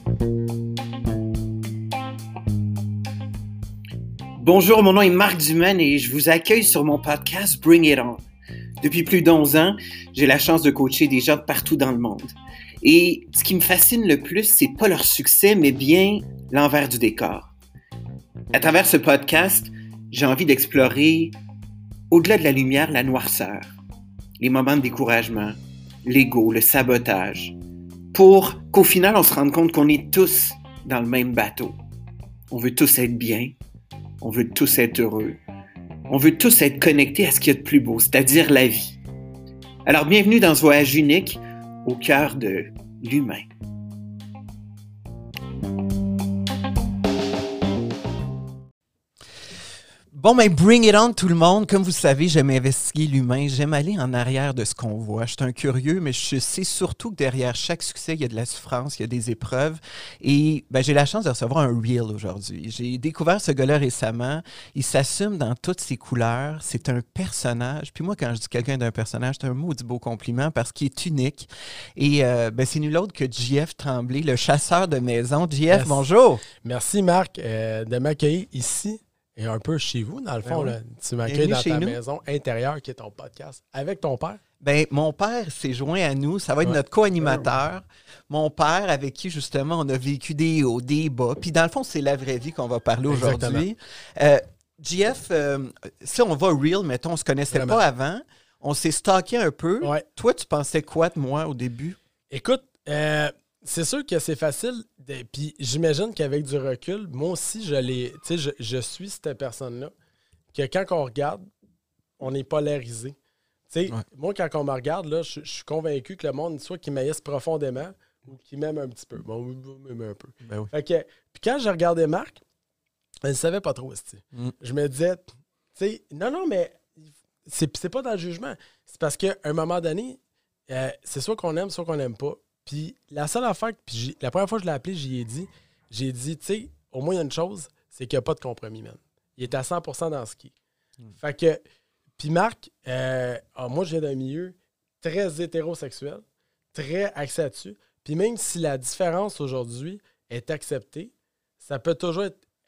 Bonjour, mon nom est Marc Dumaine et je vous accueille sur mon podcast Bring It On. Depuis plus d'11 ans, j'ai la chance de coacher des gens de partout dans le monde. Et ce qui me fascine le plus, c'est pas leur succès, mais bien l'envers du décor. À travers ce podcast, j'ai envie d'explorer, au-delà de la lumière, la noirceur, les moments de découragement, l'ego, le sabotage, pour qu'au final, on se rende compte qu'on est tous dans le même bateau. On veut tous être bien, on veut tous être heureux, on veut tous être connectés à ce qu'il y a de plus beau, c'est-à-dire la vie. Alors, bienvenue dans ce voyage unique au cœur de l'humain. Bon, ben, bring it on tout le monde. Comme vous savez, j'aime investiguer l'humain. J'aime aller en arrière de ce qu'on voit. Je suis un curieux, mais je sais surtout que derrière chaque succès, il y a de la souffrance, il y a des épreuves. Et ben, j'ai la chance de recevoir un reel aujourd'hui. J'ai découvert ce gars-là récemment. Il s'assume dans toutes ses couleurs. C'est un personnage. Puis moi, quand je dis quelqu'un d'un personnage, c'est un maudit beau compliment parce qu'il est unique. Et ben, c'est nul autre que JF Tremblay, le chasseur de maison. JF, Yes. Bonjour. Merci, Marc, de m'accueillir ici et un peu chez vous, dans le fond. Ben oui. Là. Tu m'accueilles Bienvenue dans chez ta nous. maison intérieure qui est ton podcast avec ton père. Ben, mon père s'est joint à nous. Ça va être Ouais. notre co-animateur. Mon père, avec qui, justement, on a vécu des hauts, des bas. Puis, dans le fond, c'est la vraie vie qu'on va parler aujourd'hui. JF, si on va real, mettons, on se connaissait Vraiment. pas avant. On s'est stalké un peu. Ouais. Toi, tu pensais quoi de moi au début? Écoute, c'est sûr que c'est facile. Puis j'imagine qu'avec du recul, moi aussi, je suis cette personne-là. Que quand on regarde, on est polarisé. Tu sais, Ouais. moi, quand on me regarde, là, je suis convaincu que le monde, soit qu'il m'haïsse profondément ou qu'il m'aime un petit peu. Bon, m'aime un peu. Ben oui. Fait que, puis quand je regardais Marc, je ne savais pas trop. Je me disais, tu sais, non, mais c'est pas dans le jugement. C'est parce qu'à un moment donné, c'est soit qu'on aime, soit qu'on n'aime pas. Puis la seule affaire, la première fois que je l'ai appelé, j'ai dit, tu sais, au moins il y a une chose, c'est qu'il n'y a pas de compromis, man. Il est à 100% dans ce qui est. Fait que, puis Marc, moi je viens d'un milieu très hétérosexuel, très axé là-dessus. Puis même si la différence aujourd'hui est acceptée, ça peut toujours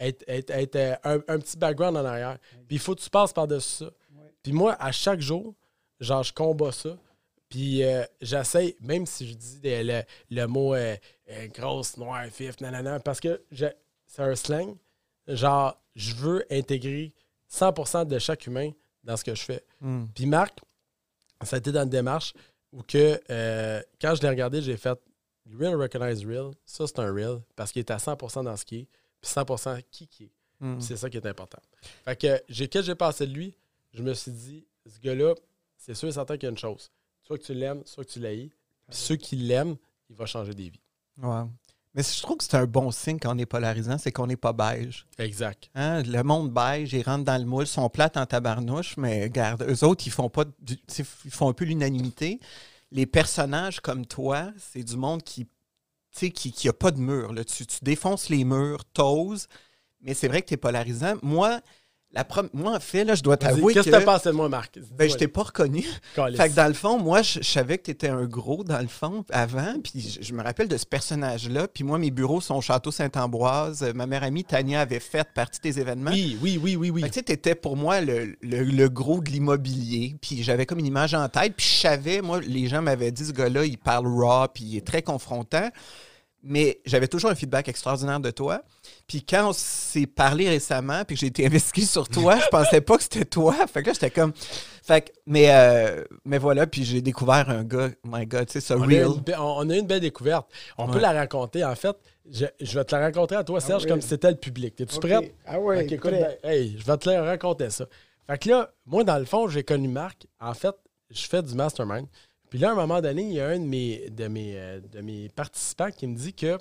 être un petit background en arrière. Puis il faut que tu passes par-dessus ça. Puis moi, à chaque jour, genre, je combats ça. Puis j'essaie, même si je dis le mot grosse, noire, fif, nanana, parce que c'est un slang, genre, je veux intégrer 100% de chaque humain dans ce que je fais. Puis Marc, ça a été dans une démarche où que, quand je l'ai regardé, j'ai fait Real Recognize Real. Ça, c'est un real parce qu'il est à 100% dans ce qui est, puis 100% qui est. Puis c'est ça qui est important. Fait que, quand j'ai passé de lui, je me suis dit, ce gars-là, c'est sûr et certain qu'il y a une chose. Soit que tu l'aimes, soit que tu l'haïs. Puis ceux qui l'aiment, il va changer des vies. Ouais. Mais je trouve que c'est un bon signe quand on est polarisant, c'est qu'on n'est pas beige. Exact. Hein? Le monde beige, ils rentrent dans le moule, sont plates en tabarnouche, mais regarde, eux autres, ils font pas ils font un peu l'unanimité. Les personnages comme toi, c'est du monde qui a pas de mur. Là. Tu défonces les murs, t'oses, mais c'est vrai que tu es polarisant. Moi, en fait, là, je dois t'avouer Qu'est-ce que t'as pensé de moi, Marc? Ben, je t'ai pas reconnu. Calice. Fait que dans le fond, moi, je savais que tu étais un gros, dans le fond, avant. Puis je me rappelle de ce personnage-là. Puis moi, mes bureaux sont au Château Saint-Ambroise. Ma meilleure amie, Tania, avait fait partie des événements. Oui. Fait que tu étais pour moi le gros de l'immobilier. Puis j'avais comme une image en tête. Puis je savais, moi, les gens m'avaient dit, ce gars-là, il parle raw, puis il est très confrontant. Mais j'avais toujours un feedback extraordinaire de toi. Puis quand on s'est parlé récemment, puis que j'ai été investigué sur toi, je pensais pas que c'était toi. Fait que là, j'étais comme... mais voilà, puis j'ai découvert un gars, my God, tu sais, ça real. On a eu une belle découverte. On peut la raconter. En fait, je vais te la raconter à toi, Serge, comme si c'était le public. Es-tu prête? Ah oui, Ok, écoute, hey, je vais te la raconter ça. Fait que là, moi, dans le fond, j'ai connu Marc. En fait, je fais du mastermind. Puis là, à un moment donné, il y a un de mes participants qui me dit que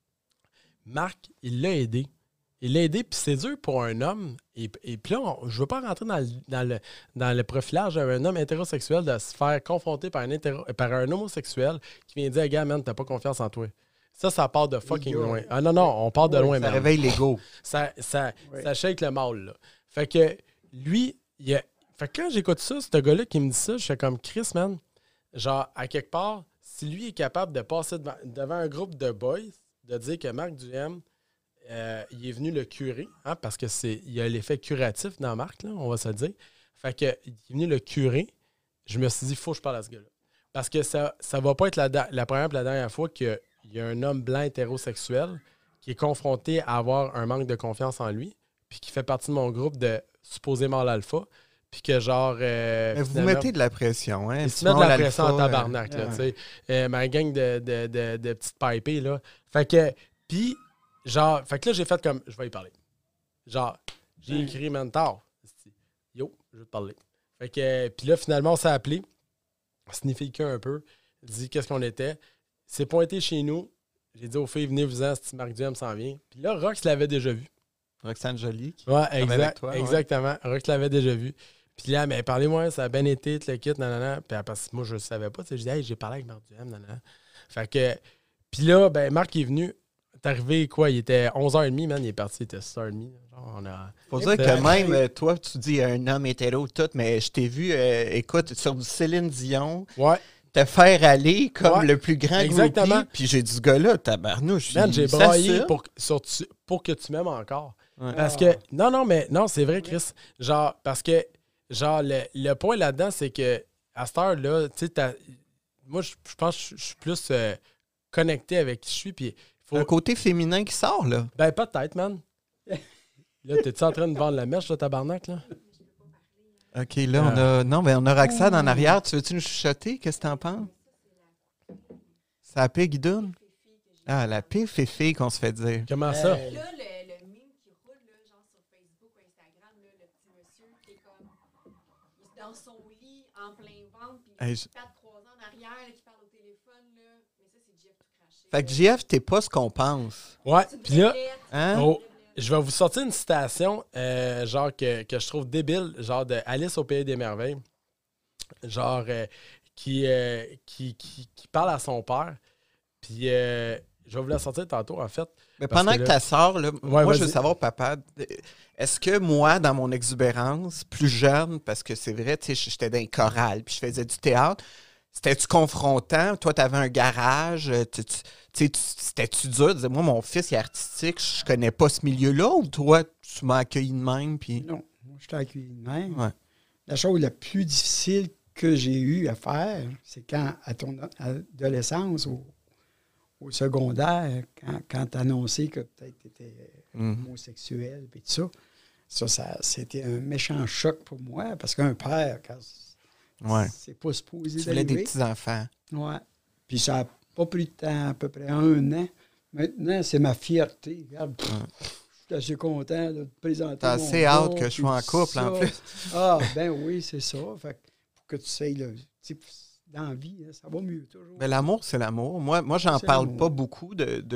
Marc, il l'a aidé. Il l'a aidé, puis c'est dur pour un homme. Et puis là, je ne veux pas rentrer dans le profilage d'un homme hétérosexuel de se faire confronter par un homosexuel qui vient dire « Gars, man, t'as pas confiance en toi. » Ça part de fucking loin. Ah non, on part de loin, Ça man. réveille l'ego. Ça shake le mâle, là. Fait que lui, fait que quand j'écoute ça, ce gars-là qui me dit ça, je fais comme Chris, man. Genre, à quelque part, si lui est capable de passer devant un groupe de boys, de dire que Marc Duhem, il est venu le curer, hein, parce que il y a l'effet curatif dans Marc, là, on va se le dire. Fait que il est venu le curer. Je me suis dit, il faut que je parle à ce gars-là. Parce que ça va pas être la première et la dernière fois qu'il y a un homme blanc hétérosexuel qui est confronté à avoir un manque de confiance en lui, puis qui fait partie de mon groupe de supposément l'alpha, puis que genre... Mais vous mettez de la pression, hein? Tu mets de la pression en tabarnak, là, tu sais. Ma gang de petites pipées, là. Fait que... Puis, genre... Fait que là, j'ai fait comme... Je vais y parler. Genre, j'ai écrit mentor. Yo, je vais te parler. Fait que... Puis là, finalement, on s'est appelé. Sniffé le cœur un peu. Dit qu'est-ce qu'on était. C'est pointé chez nous. J'ai dit aux filles, venez-vous-en, si Marc Duhem s'en vient. Puis là, Rox l'avait déjà vu. Roxane Joly. Ouais, exactement. Rox l'avait déjà vu. Puis là, mais parlez-moi, ça a bien été, le kit, nanana. Puis parce que moi, je ne savais pas. Je dis, hey, j'ai parlé avec Marc Duhem, nanana. Fait que. Puis là, ben, Marc est venu. T'es arrivé, quoi? Il était 11h30, man. Il est parti, il était 6h30. Faut dire que même, toi, tu dis un homme hétéro, tout, mais je t'ai vu, écoute, sur du Céline Dion. Ouais. Te faire aller comme le plus grand exactement. Groupie, puis j'ai dit, ce gars-là, tabarnouche. Man, j'ai braillé pour que tu m'aimes encore. Ouais. Parce que, non, c'est vrai, Chris. Genre, parce que, genre, le point là-dedans, c'est que, à cette heure-là, tu sais, moi, je pense que je suis plus connecté avec qui je suis, puis un côté féminin qui sort, là. Ben, peut-être, man. Là, t'es-tu en train de vendre la mèche, là, tabarnak, là? OK, là, on a... Non, mais on a Roxane en arrière. Tu veux-tu nous chuchoter? Qu'est-ce que t'en penses? C'est la paix guidoune? Ah, la paix féfé qu'on se fait dire. Comment ça? Là, le meme qui roule, là, genre sur Facebook ou Instagram, là, le petit monsieur qui est comme... Il est dans son lit, en plein ventre, puis il a 4-3 ans en arrière, là, qui parle au téléphone, là. Mais ça, c'est Jeff tout craché. Fait que Jeff, t'es pas ce qu'on pense. Ouais, puis là... Hein? Oh. Je vais vous sortir une citation, genre, que je trouve débile, genre de Alice au Pays des Merveilles. Genre, qui parle à son père. Puis, je vais vous la sortir tantôt, en fait. Mais pendant que tu sors, là, moi, vas-y. Je veux savoir, papa, est-ce que moi, dans mon exubérance, plus jeune, parce que c'est vrai, tu sais, j'étais dans un choral, puis je faisais du théâtre, c'était-tu confrontant? Toi, tu avais un garage, c'était-tu dur de dire, moi, mon fils est artistique, je connais pas ce milieu-là, ou toi, tu m'as accueilli de même? Puis... Non, moi, je t'ai accueilli de même. Ouais. La chose la plus difficile que j'ai eu à faire, c'est quand, à ton adolescence, au secondaire, quand tu as annoncé que peut-être tu étais homosexuel, et tout ça, c'était un méchant choc pour moi, parce qu'un père, quand c'est pas supposé tu voulais des petits-enfants. Oui. Puis ça n'a pas pris de temps, à peu près 1 an. Maintenant, c'est ma fierté. Regarde, je suis assez content de te présenter. T'as assez hâte que je sois en couple, en plus. Ah, ben oui, c'est ça. Fait que pour que tu sais, là, dans la vie, là, ça va mieux toujours. Mais l'amour, c'est l'amour. Moi j'en parle pas beaucoup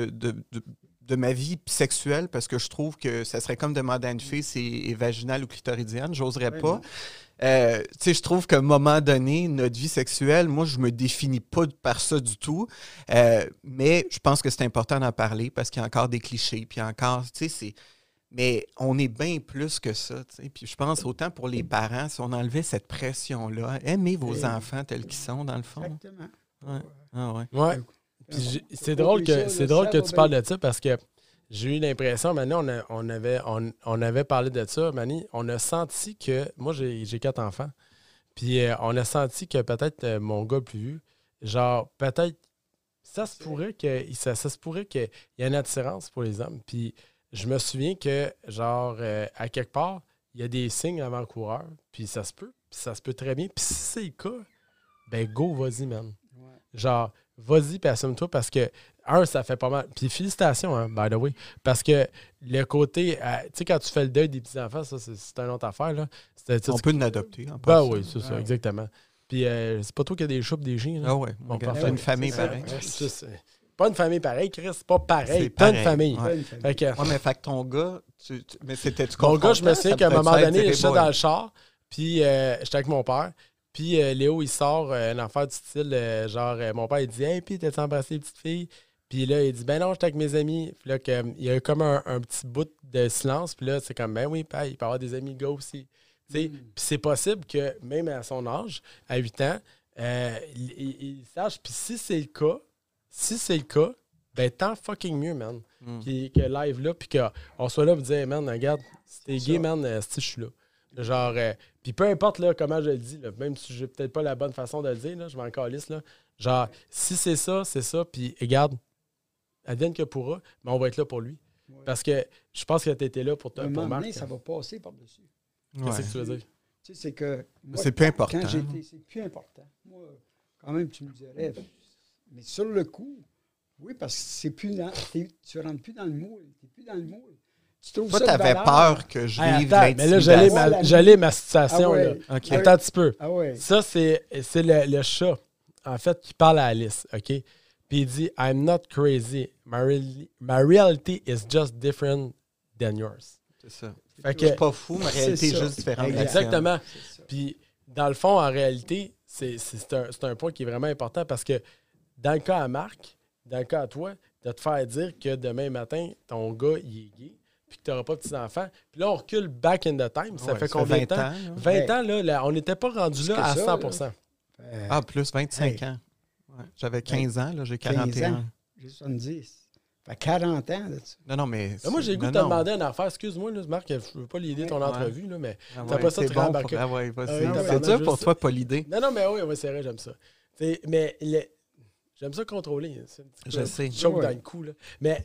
de ma vie sexuelle parce que je trouve que ça serait comme demander à une fille si elle est vaginale ou clitoridienne. J'oserais pas. Je trouve qu'à un moment donné, notre vie sexuelle, moi, je me définis pas par ça du tout. Mais je pense que c'est important d'en parler parce qu'il y a encore des clichés. Puis encore, mais on est bien plus que ça. T'sais. Puis je pense autant pour les parents, si on enlevait cette pression-là, aimez vos enfants tels qu'ils sont, dans le fond. Exactement. Ouais. Ah ouais. Ouais. Puis c'est drôle que tu parles de ça parce que j'ai eu l'impression, maintenant, on avait parlé de ça, Manny, on a senti que, moi j'ai 4 enfants, puis on a senti que peut-être mon gars plus vieux, genre peut-être, ça se pourrait qu'il y ait une attirance pour les hommes, puis je me souviens que, genre, à quelque part, il y a des signes avant-coureurs, puis ça se peut très bien, puis si c'est le cas, ben go, vas-y, man. Ouais. Genre, vas-y, puis assume-toi, parce que ça fait pas mal. Puis félicitations, hein, by the way. Parce que le côté, tu sais, quand tu fais le deuil des petits-enfants, ça, c'est une autre affaire, là. On peut l'adopter. Ben oui, c'est ça, exactement. Puis c'est pas toi qui as des chats des chiens, là. Ah ouais. On parle d'une famille pareille. Pas une famille pareille, Chris, c'est pas pareil. Pas une famille. Ouais. Mais fait que ton gars, mais c'était-tu mon gars, je me souviens qu'à un moment donné, j'étais dans le char, puis j'étais avec mon père. Puis Léo, il sort une affaire du style, genre, mon père, il dit « Hey, puis t'as-tu embrassé les petites filles? » Puis là, il dit « Ben non, j'étais avec mes amis. » Puis là, il y a eu comme un petit bout de silence. Puis là, c'est comme « Ben oui, il peut avoir des amis gars aussi. » Puis c'est possible que, même à son âge, à 8 ans, il sache. Puis si c'est le cas, ben tant fucking mieux, man. Puis que live là, puis qu'on soit là pour dire, hey, man, regarde, si t'es gay, man, je suis là. Genre, puis peu importe là, comment je le dis, là, même si j'ai peut-être pas la bonne façon de le dire, là, je m'en calisse, là. Genre, si c'est ça, puis regarde, advienne que pourra, mais on va être là pour lui. Ouais. Parce que je pense que tu étais là pour Marc. Ça va passer par-dessus. Qu'est-ce que tu veux dire? Tu sais, c'est que... Moi, c'est plus important. Quand j'étais, c'est plus important. Moi, quand même, tu me dirais... Mais sur le coup, oui, parce que c'est plus dans... Tu rentres plus dans le moule. Tu n'es plus dans le moule. Tu trouves toi, ça t'avais peur que je vive mais là, j'allais ma situation. Là. Okay. Attends un petit peu. Ah ouais. Ça, c'est le chat, en fait, qui parle à Alice, OK? Puis il dit, I'm not crazy. My reality is just different than yours. C'est ça. Fait que, je suis pas fou, ma réalité est juste différente. Exactement. Puis, dans le fond, en réalité, c'est un point qui est vraiment important parce que dans le cas à Marc, dans le cas à toi, de te faire dire que demain matin, ton gars, il est gay, puis que tu n'auras pas de petits-enfants. Puis là, on recule back in the time. Ça fait combien de temps? 20 ans, là, on n'était pas rendu là à 100%. Plus 25 ans. Ouais. J'avais 15 ans, là, j'ai 41 ans. J'ai 70. Ça fait 40 ans là-dessus. Non, mais... moi, j'ai le goût de te demander une affaire. Excuse-moi, là, Marc, je ne veux pas l'aider ton entrevue, là, mais t'as pas ça de rembarquer. C'est dur pour toi, pas l'idée. Non, mais oui, c'est vrai, j'aime ça. Mais j'aime ça contrôler. Je sais. Choke dans le cou, là. Mais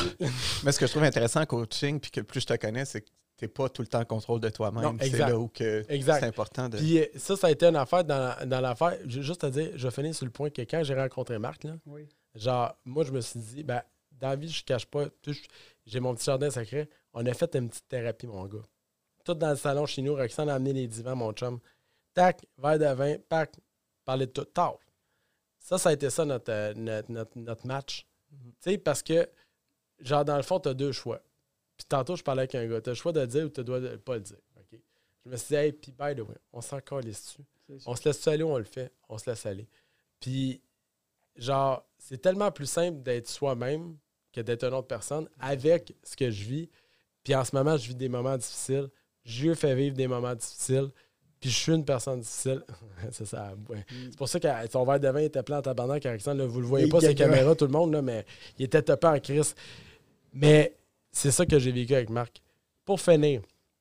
ce que je trouve intéressant en coaching, puis que plus je te connais, c'est que tu n'es pas tout le temps en contrôle de toi-même. C'est là où c'est important de... Puis ça a été une affaire dans l'affaire. Juste te dire, je vais finir sur le point que quand j'ai rencontré Marc, là, genre, moi, je me suis dit, ben, dans la vie, je ne cache pas. J'ai mon petit jardin secret. On a fait une petite thérapie, mon gars. Tout dans le salon chez nous, Roxane a amené les divans, mon chum. Tac, verre de vin, pac, parler de tout. Tard. Ça a été ça notre match. Tu sais, parce que, genre, dans le fond, tu as deux choix. Puis tantôt, je parlais avec un gars. Tu as le choix de le dire ou tu dois pas le dire. Okay? Je me suis dit, hey, puis by the way, on s'en calisse dessus. On se laisse aller ou on le fait? On se laisse aller. Puis, genre, c'est tellement plus simple d'être soi-même que d'être une autre personne avec ce que je vis. Puis en ce moment, je vis des moments difficiles. Dieu fait vivre des moments difficiles. Puis je suis une personne difficile. C'est ça. Ouais. C'est pour ça que son verre de vin était plein en tabarnak, Alexandre. Vous le voyez pas, ces caméras, tout le monde, là, mais il était topé en crise. Mais c'est ça que j'ai vécu avec Marc. Pour finir,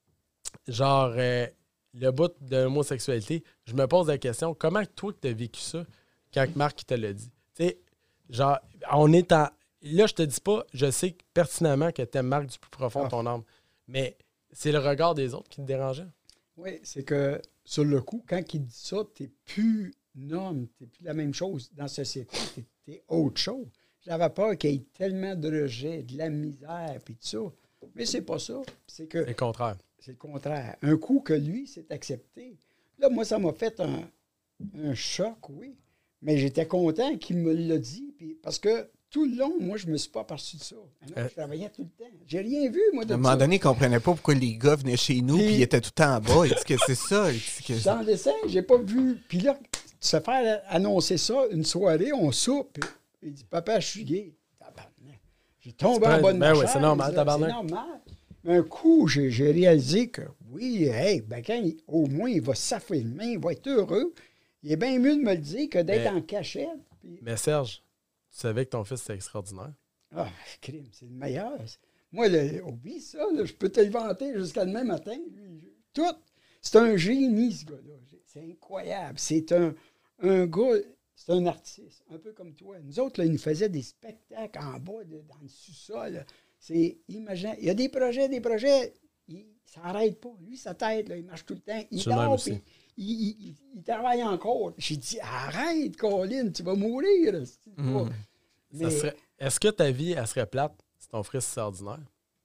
genre, le bout de l'homosexualité, je me pose la question, comment toi que tu as vécu ça quand Marc te l'a dit? Tu sais, genre, on est en... Là, je te dis pas, je sais pertinemment que tu aimes Marc du plus profond de ton âme, mais c'est le regard des autres qui te dérangeait. Oui, c'est que sur le coup, quand il dit ça, tu n'es plus un homme, tu n'es plus la même chose dans la société, tu es autre chose. J'avais peur qu'il y ait tellement de rejet, de la misère, puis tout ça. Mais c'est pas ça. C'est le contraire. C'est le contraire. Un coup que lui s'est accepté. Là, moi, ça m'a fait un choc, oui. Mais j'étais content qu'il me l'a dit, puis parce que tout le long, moi, je me suis pas aperçu de ça. Je travaillais tout le temps. J'ai rien vu, moi, de ça. À un moment donné, il ne comprenait pas pourquoi les gars venaient chez nous puis ils étaient tout le temps en bas. Il dit que c'est ça. Dans le dessin, j'ai pas vu. Puis là, se faire annoncer ça une soirée, on soupe. Il dit, papa, je suis gay. J'ai tombé en bas de ma chaise. C'est normal, tabarnak. C'est normal. Mais un coup, j'ai réalisé que oui, quand au moins il va s'affirmer, il va être heureux. Il est bien mieux de me le dire que d'être en cachette. Puis... Mais Serge, tu savais que ton fils était extraordinaire. Ah, crime, c'est le meilleur. Moi, oublie ça, là, je peux te le vanter jusqu'à demain matin. Tout. C'est un génie, ce gars-là. C'est incroyable. C'est un gars, c'est un artiste, un peu comme toi. Nous autres, là, il nous faisait des spectacles en bas, dans le sous-sol. Imagine, il y a des projets, ça n'arrête pas. Lui, sa tête, là, il marche tout le temps. Il dort, puis il travaille encore. J'ai dit, arrête, Colin, tu vas mourir. Mais... Est-ce que ta vie, elle serait plate si ton fils c'est ordinaire?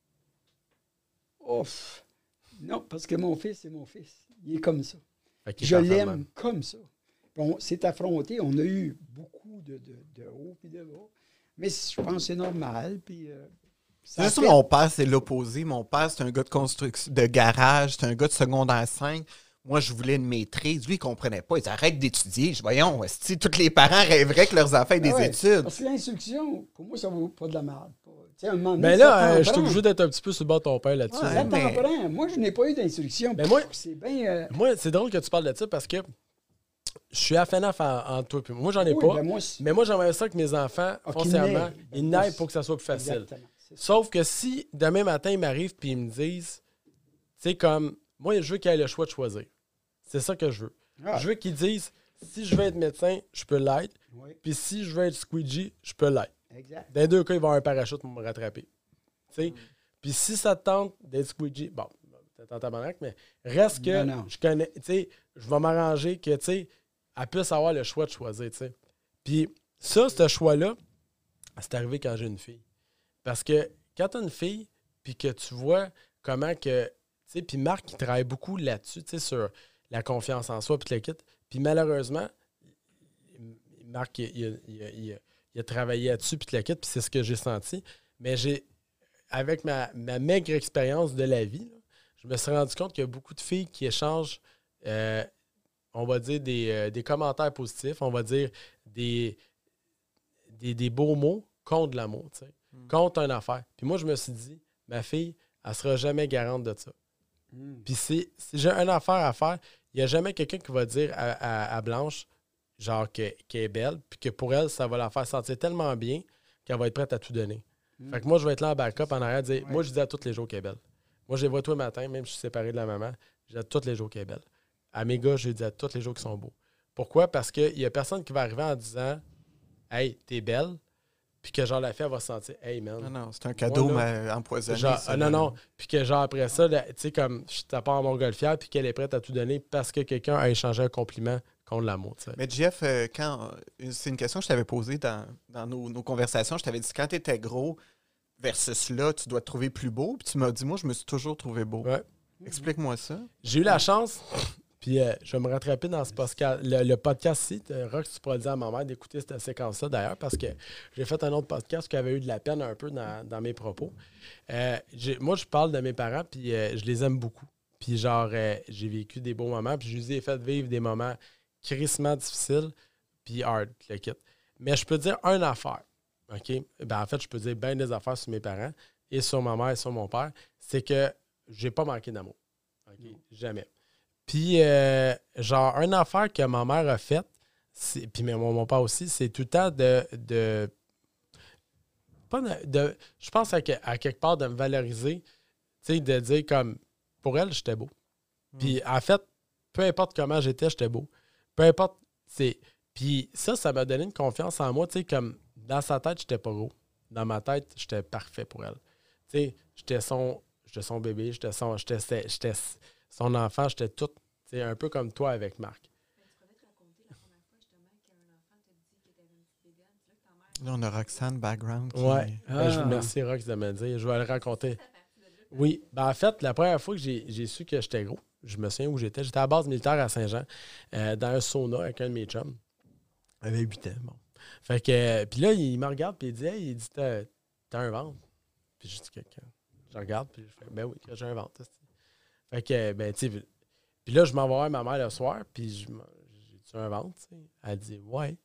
Ouf. Non, parce que mon fils, c'est mon fils. Il est comme ça. Je l'aime comme ça. On s'est affronté. On a eu beaucoup de haut et de bas. Mais je pense que c'est normal. Puis, c'est juste mon père, c'est l'opposé. Mon père, c'est un gars de construction, de garage. C'est un gars de secondaire 5. Moi, je voulais une maîtrise. Lui, il ne comprenait pas. Il dit, arrête d'étudier. Voyons, tous les parents rêveraient que leurs enfants aient des études. Parce que l'instruction, pour moi, ça ne vaut pas de la merde. Mais là, je suis obligé d'être un petit peu sur le bord de ton père là-dessus. Ça t'en prend. Moi, je n'ai pas eu d'instruction. Mais moi, c'est bien... Moi, c'est drôle que tu parles de ça parce que je suis à FNAF en toi puis moi, j'en ai pas. Ben mais moi, j'aimerais ça que mes enfants, foncièrement, ils naissent pour que ça soit plus facile. Sauf que si demain matin, ils m'arrivent et ils me disent, tu sais, comme, moi, je veux qu'ils aient le choix de choisir. C'est ça que je veux. Je veux qu'ils disent, si je veux être médecin, je peux l'être. Puis si je veux être squeegee, je peux l'être. Exact. Dans les deux cas, il va y avoir un parachute pour me rattraper. Tu sais? Puis si ça te tente d'être squeegee, bon, t'es en tabarnak, mais reste que je connais, tu sais, je vais m'arranger que, tu sais, elle puisse avoir le choix de choisir, tu sais. Puis ça, ce choix-là, c'est arrivé quand j'ai une fille. Parce que quand tu as une fille, puis que tu vois comment que, tu sais, puis Marc, il travaille beaucoup là-dessus, tu sais, sur la confiance en soi, puis le kit. Puis malheureusement, Marc, il a travaillé là-dessus, puis le kit, puis c'est ce que j'ai senti. Mais avec ma maigre expérience de la vie, là, je me suis rendu compte qu'il y a beaucoup de filles qui échangent, on va dire, des commentaires positifs, on va dire des beaux mots contre l'amour, tu sais, contre une affaire. Puis moi, je me suis dit, ma fille, elle ne sera jamais garante de ça. Puis si j'ai une affaire à faire, il n'y a jamais quelqu'un qui va dire à Blanche, genre, qu'elle est belle, puis que pour elle, ça va la faire sentir tellement bien qu'elle va être prête à tout donner. Fait que moi, je vais être là en backup en arrière, dire, moi, je dis à tous les jours qu'elle est belle. Moi, je les vois tous les matins, même si je suis séparé de la maman, je dis à tous les jours qu'elle est belle. À mes gars, je dis à tous les jours qu'ils sont beaux. Pourquoi? Parce qu'il n'y a personne qui va arriver en disant, hey, t'es belle, puis que genre la fille, elle va se sentir, hey, man. Non, c'est un cadeau empoisonné. Genre, non. Puis que genre après ça, tu sais, comme je t'apporte en montgolfière, puis qu'elle est prête à tout donner parce que quelqu'un a échangé un compliment contre l'amour. T'sais. Mais Jeff, c'est une question que je t'avais posée dans nos conversations. Je t'avais dit, quand tu étais gros versus là, tu dois te trouver plus beau. Puis tu m'as dit, moi, je me suis toujours trouvé beau. Ouais. Explique-moi ça. J'ai eu la chance, puis je vais me rattraper dans ce podcast, le podcast ici. Rox, tu pourras dire à ma mère d'écouter cette séquence-là d'ailleurs, parce que j'ai fait un autre podcast qui avait eu de la peine un peu dans mes propos. Moi, je parle de mes parents, puis je les aime beaucoup. Puis genre, j'ai vécu des beaux moments, puis je les ai fait vivre des moments crissement difficiles, puis hard, le kit. Mais je peux dire une affaire, OK? Ben, en fait, je peux dire bien des affaires sur mes parents et sur ma mère et sur mon père, c'est que j'ai pas manqué d'amour. OK? Jamais. Puis, genre, une affaire que ma mère a faite, puis mon père aussi, c'est tout le temps je pense à quelque part de me valoriser, tu sais, de dire comme, pour elle, j'étais beau. Puis, en fait, peu importe comment j'étais beau. Peu importe, puis ça m'a donné une confiance en moi, tu sais, comme, dans sa tête, j'étais pas gros. Dans ma tête, j'étais parfait pour elle. Tu sais, j'étais son bébé, j'étais son enfant, j'étais tout, c'est un peu comme toi avec Marc. Mais tu pourrais te raconter la première fois justement qu'un enfant t'a dit que tu avais une petite bédaine. C'est là que ta mère... Là, on a Roxane background. Ouais. Je vous remercie, Rox, de me le dire. Je vais le raconter. Oui. Ben, en fait, la première fois que j'ai su que j'étais gros, je me souviens où j'étais. J'étais à la base militaire à Saint-Jean, dans un sauna avec un de mes chums. J'avais 8 ans. Bon. Fait que, puis là, il me regarde, puis il dit, hey, t'as un ventre. Puis je dis, je regarde, puis je fais, ben oui, j'ai un ventre. Fait que, ben, tu sais, puis là, je m'en vais voir ma mère le soir, puis j'ai-tu un ventre, tu sais? Elle dit, ouais.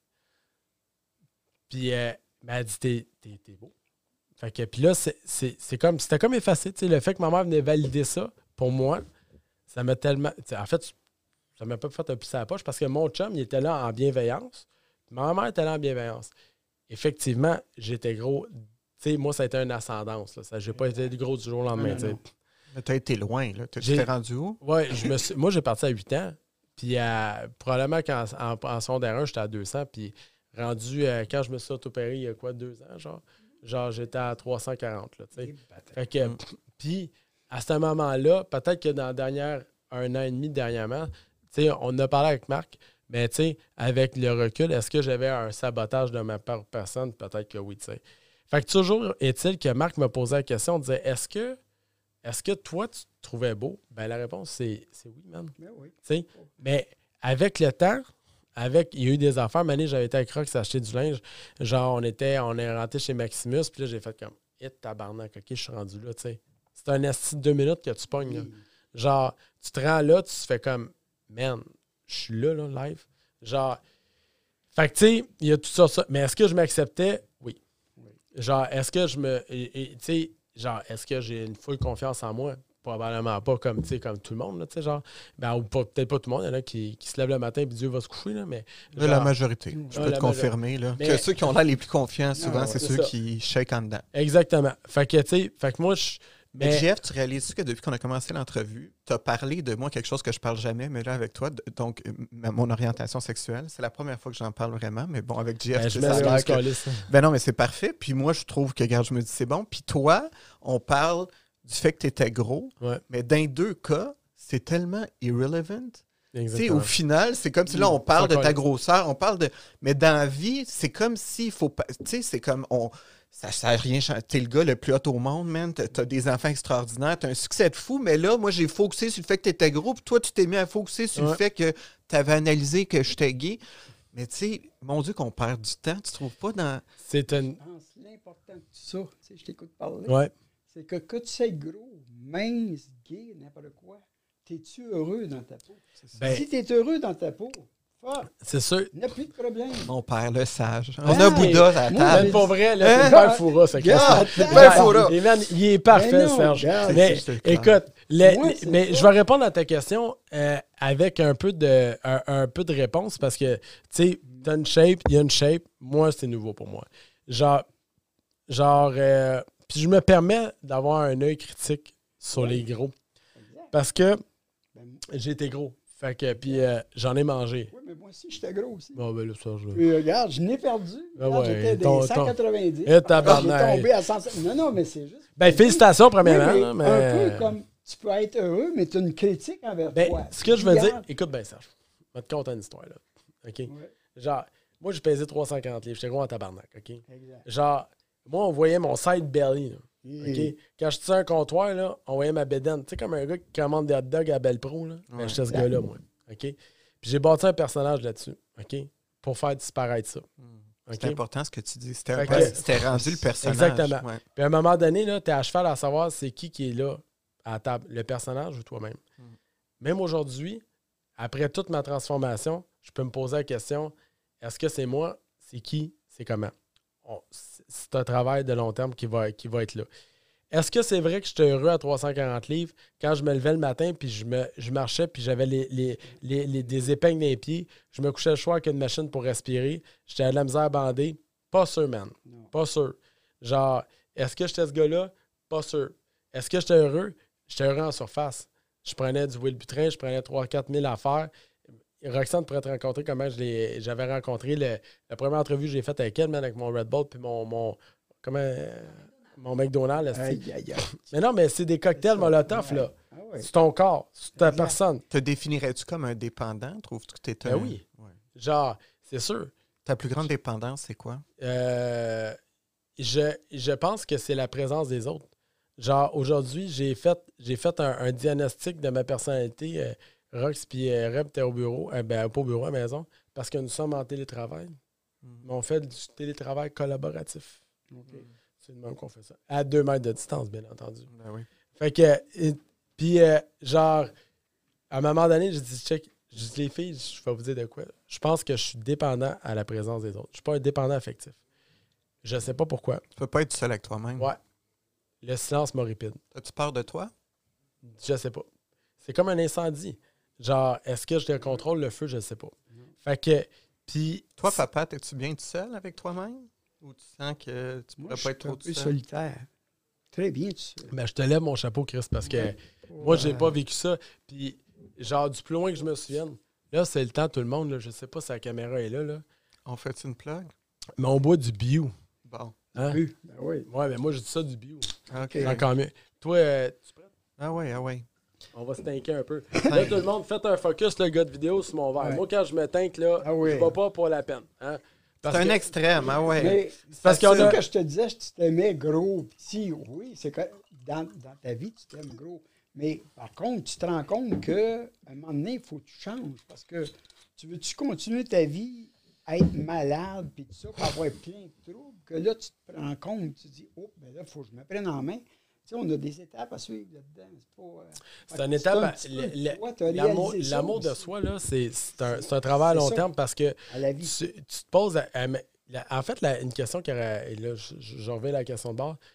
Puis, elle dit, t'es beau. Fait que, puis là, c'était comme effacé, tu sais, le fait que ma mère venait valider ça, pour moi, ça m'a tellement, en fait, ça m'a pas fait un pisser à la poche, parce que mon chum, il était là en bienveillance, ma mère était là en bienveillance. Effectivement, j'étais gros. Tu sais, moi, ça a été une ascendance. Je n'ai pas été gros du jour au lendemain. Mais tu as été loin. Tu t'es rendu où? Oui, moi, j'ai parti à 8 ans. Puis probablement qu'en secondaire 1, j'étais à 200. Puis rendu, quand je me suis opéré il y a quoi, 2 ans, genre j'étais à 340. Là, fait que, puis à ce moment-là, peut-être que dans un an et demi dernièrement, on a parlé avec Marc. Mais tu sais, avec le recul, est-ce que j'avais un sabotage de ma part personne? Peut-être que oui, tu sais. Fait que toujours est-il que Marc me posait la question, on disait, est-ce que toi, tu te trouvais beau? Ben la réponse, c'est oui, man. Mais oui. T'sais, mais avec le temps, il y a eu des affaires. Une année, j'avais été avec Rox acheter du linge. Genre, on est rentré chez Maximus, puis là, j'ai fait comme, tabarnak, OK, je suis rendu là, tu sais. C'est un esti de 2 minutes que tu pognes, là. Genre, tu te rends là, tu te fais comme, man, je suis là, live. Genre, fait que, tu sais, il y a tout ça. Mais est-ce que je m'acceptais? Oui. Genre, est-ce que est-ce que j'ai une full confiance en moi? probablement pas comme tout le monde, là, genre. Ben, ou peut-être pas tout le monde, il y en a qui se lèvent le matin et Dieu va se coucher, là, mais... Genre, la majorité, je peux te confirmer, là. Mais, que ceux qui ont l'air les plus confiants, souvent, c'est ceux qui shake en dedans. Exactement. Fait que moi, Mais Jeff, tu réalises que depuis qu'on a commencé l'entrevue, tu as parlé de moi quelque chose que je parle jamais, mais là, avec toi, donc mon orientation sexuelle, c'est la première fois que j'en parle vraiment, mais bon, avec Jeff, non, mais c'est parfait. Puis moi, je trouve que, regarde, je me dis, c'est bon. Puis toi, on parle du fait que tu étais gros, mais dans les deux cas, c'est tellement irrelevant. Au final, c'est comme si là, on parle de ta grosseur, on parle de... Mais dans la vie, c'est comme s'il faut pas... Tu sais, c'est comme... Ça ne sert à rien. T'es le gars le plus hot au monde, man. T'as des enfants extraordinaires. T'as un succès de fou. Mais là, moi, j'ai focusé sur le fait que t'étais gros. Puis toi, tu t'es mis à focuser sur le fait que t'avais analysé que j'étais gay. Mais tu sais, mon Dieu, qu'on perd du temps. Tu trouves pas dans... C'est l'important de tout ça. Tu sais, je t'écoute parler. Ouais. C'est que tu sais gros, mince, gay, n'importe quoi, t'es-tu heureux dans ta peau? Si t'es heureux dans ta peau, c'est sûr. Il n'y a plus de problème. Mon père, le sage. On a Bouddha à la table. Pour vrai, là, c'est Père Foura, ça. Il est parfait, Serge. Mais écoute, mais je vais répondre à ta question avec un peu de réponse parce que, tu sais, t'as une shape, il y a une shape. Moi, c'est nouveau pour moi. Genre, puis je me permets d'avoir un œil critique sur les gros. Parce que j'ai été gros. Fait que, puis j'en ai mangé. Oui, mais moi aussi, j'étais gros aussi. Bon, ben là, ça, Puis regarde, je n'ai perdu. J'étais des 190. Et tabarnak. J'ai tombé à 150. Non, mais c'est juste... Ben, félicitations, premièrement. Mais un peu comme, tu peux être heureux, mais tu as une critique envers toi. Ce que je veux dire... Écoute bien, Serge. Je vais te conter une histoire, là. OK? Ouais. Genre, moi, j'ai pesé 350 livres. J'étais gros en tabarnak, OK? Exact. Genre, moi, on voyait mon side belly, là. OK? Quand je tissais un comptoir, là, on voyait ma bédaine. Tu sais, comme un gars qui commande des hot dogs à Belle-Pro, là. Ben, j'étais ce gars-là, moi. OK? Puis j'ai bâti un personnage là-dessus, OK? Pour faire disparaître ça. Okay? C'est important ce que tu dis. C'était rendu le personnage. Exactement. Ouais. Puis à un moment donné, tu es à cheval à savoir c'est qui est là à la table, le personnage ou toi-même. Même aujourd'hui, après toute ma transformation, je peux me poser la question, est-ce que c'est moi? C'est qui? C'est comment? C'est un travail de long terme qui va être là. Est-ce que c'est vrai que j'étais heureux à 340 livres quand je me levais le matin puis je marchais puis j'avais des épingles dans les pieds, je me couchais le soir avec une machine pour respirer, j'étais à la misère bandée? Pas sûr, man. Non. Pas sûr. Genre, est-ce que j'étais ce gars-là? Pas sûr. Est-ce que j'étais heureux? J'étais heureux en surface. Je prenais du Wheelbutrin, je prenais 3-4 000 à faire. Roxane pourrait te rencontrer comment j'avais rencontré la première entrevue que j'ai faite avec elle, man, avec mon Red Bull puis mon McDonald's. Mais non, mais c'est des cocktails Molotov, là. Ah ouais. C'est ton corps, c'est ta personne. Te définirais-tu comme un dépendant? Trouves-tu que tu es Ben oui. Ouais. Genre, c'est sûr. Ta plus grande dépendance, c'est quoi? Je pense que c'est la présence des autres. Genre, aujourd'hui, j'ai fait un diagnostic de ma personnalité. Rox puis Reb était au bureau, pas au bureau, à la maison, parce que nous sommes en télétravail. Mais on fait du télétravail collaboratif. Okay. C'est le même qu'on fait ça. À 2 mètres de distance, bien entendu. Ben oui. Fait que, puis genre, à un moment donné, j'ai dit, check, je dis, les filles, je vais vous dire de quoi. Je pense que je suis dépendant à la présence des autres. Je suis pas un dépendant affectif. Je sais pas pourquoi. Tu peux pas être seul avec toi-même. Ouais. Le silence m'horripile. As-tu peur de toi? Je sais pas. C'est comme un incendie. Genre, est-ce que je contrôle le feu? Je sais pas. Fait que, puis... Toi, papa, es-tu bien tout seul avec toi-même? Ou tu sens que tu pourrais pas être trop tout seul? Solitaire. Très bien tout seul. Ben, je te lève mon chapeau, Chris, parce que moi, j'ai pas vécu ça. Puis, genre, du plus loin que je me souvienne, là, c'est le temps, tout le monde, là, je sais pas si la caméra est là. On fait une plug? Mais on boit du bio. Bon. Hein? Oui, ben oui. Ouais, mais moi, je dis ça du bio. OK. Encore mieux. Toi, tu prêt? Ah oui. On va se tanker un peu. Là, tout le monde, faites un focus, le gars de vidéo, sur mon verre. Ouais. Moi, quand je me tank, là, je vais pas pour la peine. Hein? C'est un extrême, ah ouais. Mais parce que je te disais, tu t'aimais gros, petit. Oui, c'est que dans ta vie, tu t'aimes gros. Mais par contre, tu te rends compte qu'à un moment donné, il faut que tu changes. Parce que tu veux-tu continuer ta vie à être malade, puis tout ça, pour avoir plein de troubles, que là, tu te rends compte, tu te dis, oh, ben là, il faut que je me prenne en main. Tu sais, on a des étapes à suivre là-dedans. C'est une étape. L'amour de soi, là, c'est un travail à long terme parce que tu te poses. En fait, une question qui aurait. Et là, je reviens à la question de bord.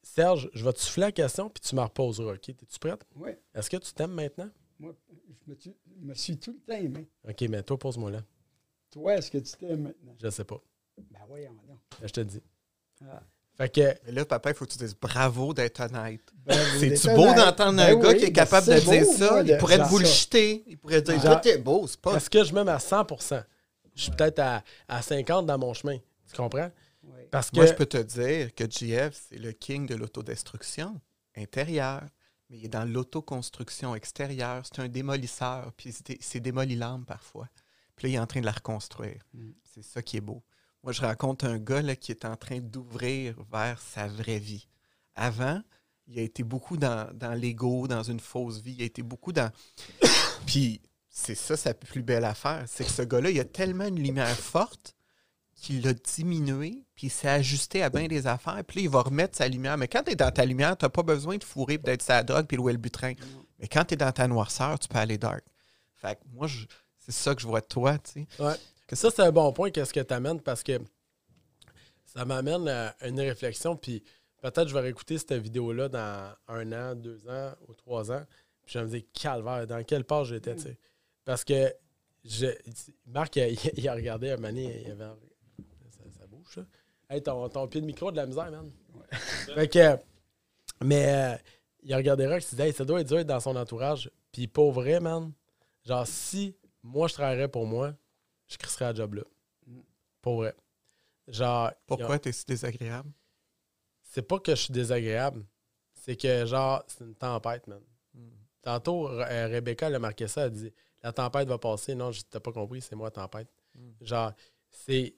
Serge, je vais te souffler la question, puis tu me reposeras, OK? Es-tu prête? Oui. Est-ce que tu t'aimes maintenant? Moi, je me suis tout le temps aimé. OK, mais toi, pose-moi là. Toi, est-ce que tu t'aimes maintenant? Je sais pas. Ben voyons donc. Je te dis. Ah. Fait que... Mais là, papa, il faut que tu dises bravo d'être honnête. Ben, C'est-tu beau d'entendre un gars qui est capable de dire ça? Il pourrait te bullshiter. Il pourrait dire, Genre, t'es beau, c'est pas... Est-ce que je m'aime à 100%? Je suis peut-être à 50 dans mon chemin. Tu comprends? Oui. Parce que... Moi, je peux te dire que JF, c'est le king de l'autodestruction intérieure, mais il est dans l'autoconstruction extérieure. C'est un démolisseur, puis c'est démolit l'âme parfois. Puis là, il est en train de la reconstruire. C'est ça qui est beau. Moi, je rencontre un gars là, qui est en train d'ouvrir vers sa vraie vie. Avant, il a été beaucoup dans l'ego, dans une fausse vie. Il a été beaucoup dans... Puis c'est ça sa plus belle affaire. C'est que ce gars-là, il a tellement une lumière forte qu'il l'a diminué, puis il s'est ajusté à bien des affaires. Puis là, il va remettre sa lumière. Mais quand tu es dans ta lumière, tu n'as pas besoin de fourrer, d'être sa drogue, puis louer le butrin. Mais quand tu es dans ta noirceur, tu peux aller dark. Fait que moi, c'est ça que je vois de toi, tu sais. Ouais. Ça, c'est un bon point, qu'est-ce que tu amènes, parce que ça m'amène à une réflexion, puis peut-être je vais réécouter cette vidéo-là dans 1 an, 2 ans ou 3 ans, puis je vais me dire, calvaire, dans quelle page j'étais, tu sais. Parce que Marc, il a regardé un moment donné, il avait... Ça bouge, ça. Hey, ton pied de micro, de la misère, man. Ouais. Fait que... Mais il a regardé Rock, il s'est dit, hey, ça doit être dur dans son entourage. Puis pour vrai, man, genre, si moi, je travaillerais pour moi, je crisserais à job là. Pour vrai. Genre... Pourquoi t'es si désagréable? C'est pas que je suis désagréable. C'est que, genre, c'est une tempête, man. Tantôt, Rebecca, elle a marqué ça, elle dit, la tempête va passer. Non, t'as pas compris, c'est moi la tempête. Genre, c'est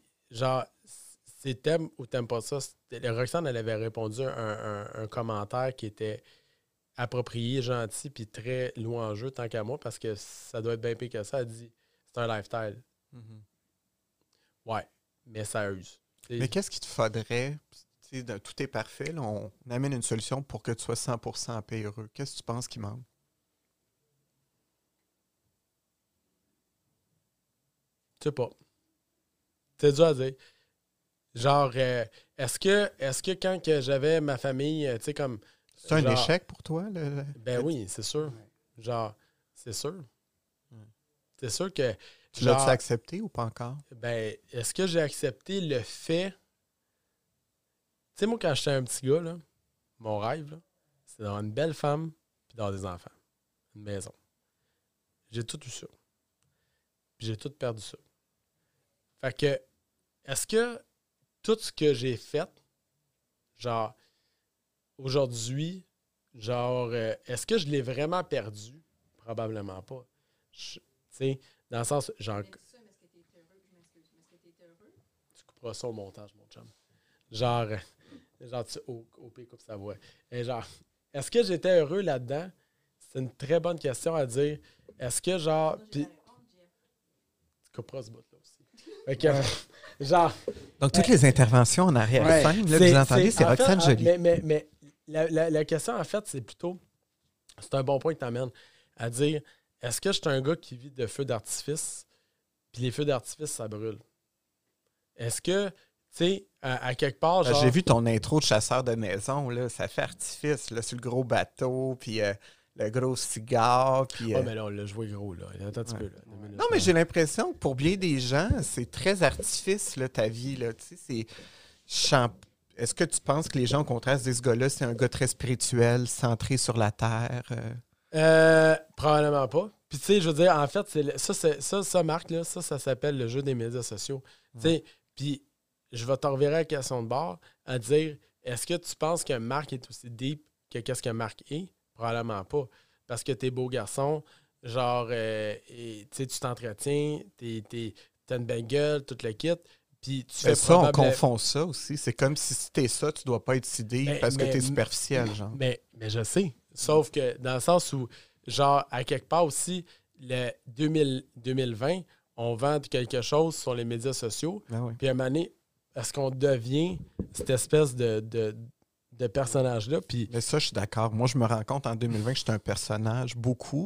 t'aimes ou t'aimes pas ça. Roxane, elle avait répondu un commentaire qui était approprié, gentil, puis très louangeux, tant qu'à moi, parce que ça doit être bien pire que ça. Elle dit, c'est un lifestyle. Ouais, mais ça use. Mais qu'est-ce qu'il te faudrait? Tout est parfait. Là, on amène une solution pour que tu sois 100% en paix heureux. Qu'est-ce que tu penses qu'il manque? Je sais pas. C'est dur à dire. Genre, est-ce que quand que j'avais ma famille, tu sais, comme... C'est un échec pour toi? Ben oui, c'est sûr. Genre, c'est sûr. C'est sûr que... Tu l'as-tu accepté ou pas encore? Ben, est-ce que j'ai accepté le fait... Tu sais, moi, quand j'étais un petit gars, là, mon rêve, là, c'est d'avoir une belle femme puis d'avoir des enfants. Une maison. J'ai tout eu ça. Puis j'ai tout perdu ça. Fait que, est-ce que tout ce que j'ai fait, genre, aujourd'hui, genre, est-ce que je l'ai vraiment perdu? Probablement pas. Tu sais, dans le sens, genre... Tu couperas ça au montage, mon chum. Genre tu OP coupe sa voix. Et genre, est-ce que j'étais heureux là-dedans? C'est une très bonne question à dire. Est-ce que, genre... Pis, tu couperas ce bout-là aussi. Fait que, genre... Donc, toutes les interventions en arrière-scène, là, que vous entendez, c'est Roxane Joly. Mais la question, en fait, c'est plutôt... C'est un bon point que tu amènes à dire, est-ce que je suis un gars qui vit de feux d'artifice, puis les feux d'artifice, ça brûle? Est-ce que, tu sais, à quelque part, genre... J'ai vu ton intro de chasseur de maison, là, ça fait artifice, là, sur le gros bateau, puis le gros cigare, puis... mais là, on l'a joué gros, là. Attends un petit peu, là. Non, mais j'ai l'impression que pour bien des gens, c'est très artifice, là, ta vie, là. Tu sais, c'est... Est-ce que tu penses que les gens, au contraire, se disent, ce gars-là, c'est un gars très spirituel, centré sur la terre? Probablement pas. Puis, tu sais, je veux dire, en fait, ça Marc, là, ça s'appelle le jeu des médias sociaux. Tu sais, puis je vais te revirer à la question de bord à dire, est-ce que tu penses qu'un Marc est aussi deep que qu'est-ce qu'un Marc est? Probablement pas. Parce que t'es beau garçon, genre, tu t'entretiens, t'as une belle gueule, tout le kit. Puis tu fais ça, on confond ça aussi. C'est comme si t'es ça, tu dois pas être si deep parce que t'es superficiel, genre. Mais je sais. Sauf que dans le sens où, genre, à quelque part aussi, le 2020, on vend quelque chose sur les médias sociaux. Ah oui. Puis à un moment donné, est-ce qu'on devient cette espèce de personnage-là? Puis... Mais ça, je suis d'accord. Moi, je me rends compte en 2020 que j'étais un personnage beaucoup.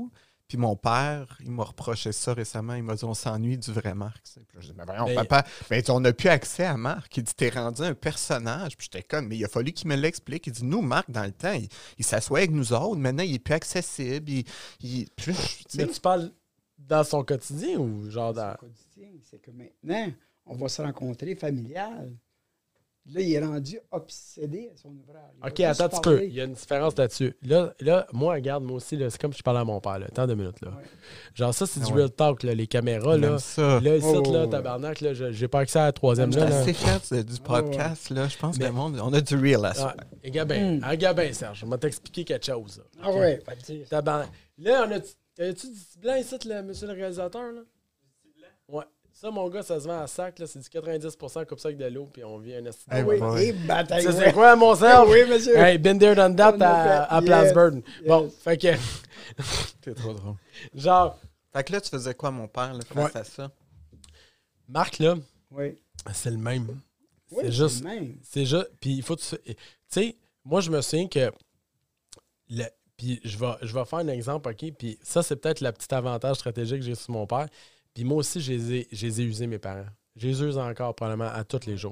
Puis mon père, il m'a reproché ça récemment. Il m'a dit, on s'ennuie du vrai Marc. Puis là, je dis, voyons, papa, on n'a plus accès à Marc. Il dit, t'es rendu un personnage. Puis j'étais comme, mais il a fallu qu'il me l'explique. Il dit, nous, Marc, dans le temps, il s'assoit avec nous autres. Maintenant, il est plus accessible. Mais tu parles dans son quotidien ou genre dans... Son quotidien, c'est que maintenant, on va se rencontrer familial. Là, il est rendu obsédé à son ouvrage. OK, attends un petit peu. Il y a une différence là-dessus. Là, moi, regarde, moi aussi, là, c'est comme si je parlais à mon père. Là. Attends 2 minutes. Là. Ouais. Genre, ça, c'est du real talk, là, les caméras. Là, ici, là, tabarnak, là, j'ai pas accès à la troisième. Je suis assez fier du podcast. Là. Je pense que le monde, on a du real à ça. Et Gabin, Serge, je vais t'expliquer quelque chose. Là. Ah ouais, pas dire. Tabarnak. Là, as-tu du blanc ici, monsieur le réalisateur? Là? Du blanc? Ouais. Ça, mon gars, ça se vend à sac. Là, c'est du 90% comme ça avec de l'eau, puis on vit un esti. Ah oui, bataille. Ça, c'est quoi, mon Serge? Oui, monsieur. Hey, been there, done that à Plattsburgh. Bon, fait que... C'est trop drôle. Genre... Fait que là, tu faisais quoi, mon père, là, face à ça? Marc, là, oui. c'est le même. Oui, c'est juste... le même. C'est juste... Puis il faut... Tu sais, moi, je me souviens que... Puis je vais faire un exemple, OK? Puis ça, c'est peut-être le petit avantage stratégique que j'ai sur mon père. Puis moi aussi, je les ai usés, mes parents. Je les use encore, probablement, à tous les jours.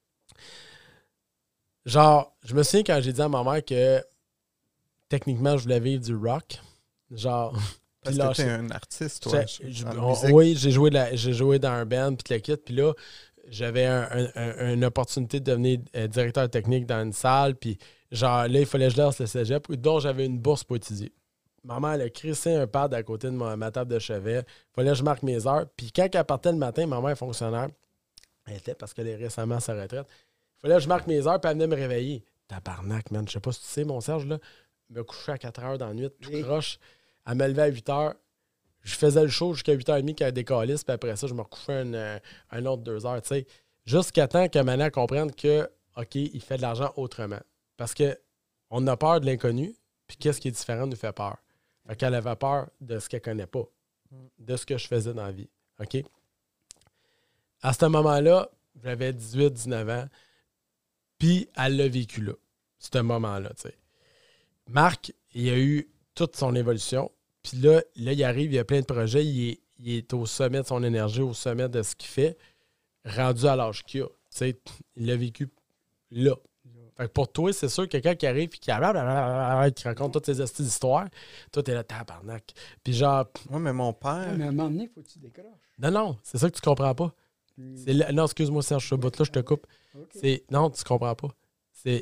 Genre, je me souviens quand j'ai dit à ma mère que, techniquement, je voulais vivre du rock. Genre... Parce que t'es un artiste, toi. Oui, j'ai joué dans un band, puis le kit. Puis là, j'avais une opportunité de devenir directeur technique dans une salle. Puis genre, là, il fallait que je lance le cégep, dont j'avais une bourse pour étudier. Ma mère, elle a crissé un pad à côté de ma table de chevet. Il fallait que je marque mes heures. Puis quand elle partait le matin, ma mère est fonctionnaire. Elle était parce qu'elle est récemment à sa retraite. Il fallait que je marque mes heures, puis elle venait me réveiller. Tabarnak, man. Je sais pas si tu sais, mon Serge, là. Me coucher à 4 heures dans la nuit, tout croche. Elle me levait à 8 heures. Je faisais le show jusqu'à 8h30 qu'elle décalisse, puis après ça, je me recouchais un autre 2 heures, tu sais. Jusqu'à temps que Manon comprenne que, OK, il fait de l'argent autrement. Parce qu'on a peur de l'inconnu, puis qu'est-ce qui est différent nous fait peur. Fait qu'elle avait peur de ce qu'elle connaît pas, de ce que je faisais dans la vie. OK? À ce moment-là, j'avais 18-19 ans, puis elle l'a vécu là, ce moment-là, tu sais. Marc, il a eu toute son évolution. Puis là, il arrive, il y a plein de projets, il est au sommet de son énergie, au sommet de ce qu'il fait, rendu à l'âge qu'il a. Tu sais, il l'a vécu là. Fait que pour toi, c'est sûr, quelqu'un qui arrive et qui raconte toutes ces histoires, toi, t'es là, tabarnak. Puis genre... Oui, mais mon père... Mais à un moment donné, il faut que tu décroches. Non, c'est ça que tu comprends pas. Non, excuse-moi, Serge, ce bout-là, je te coupe. Okay. Non, tu comprends pas. C'est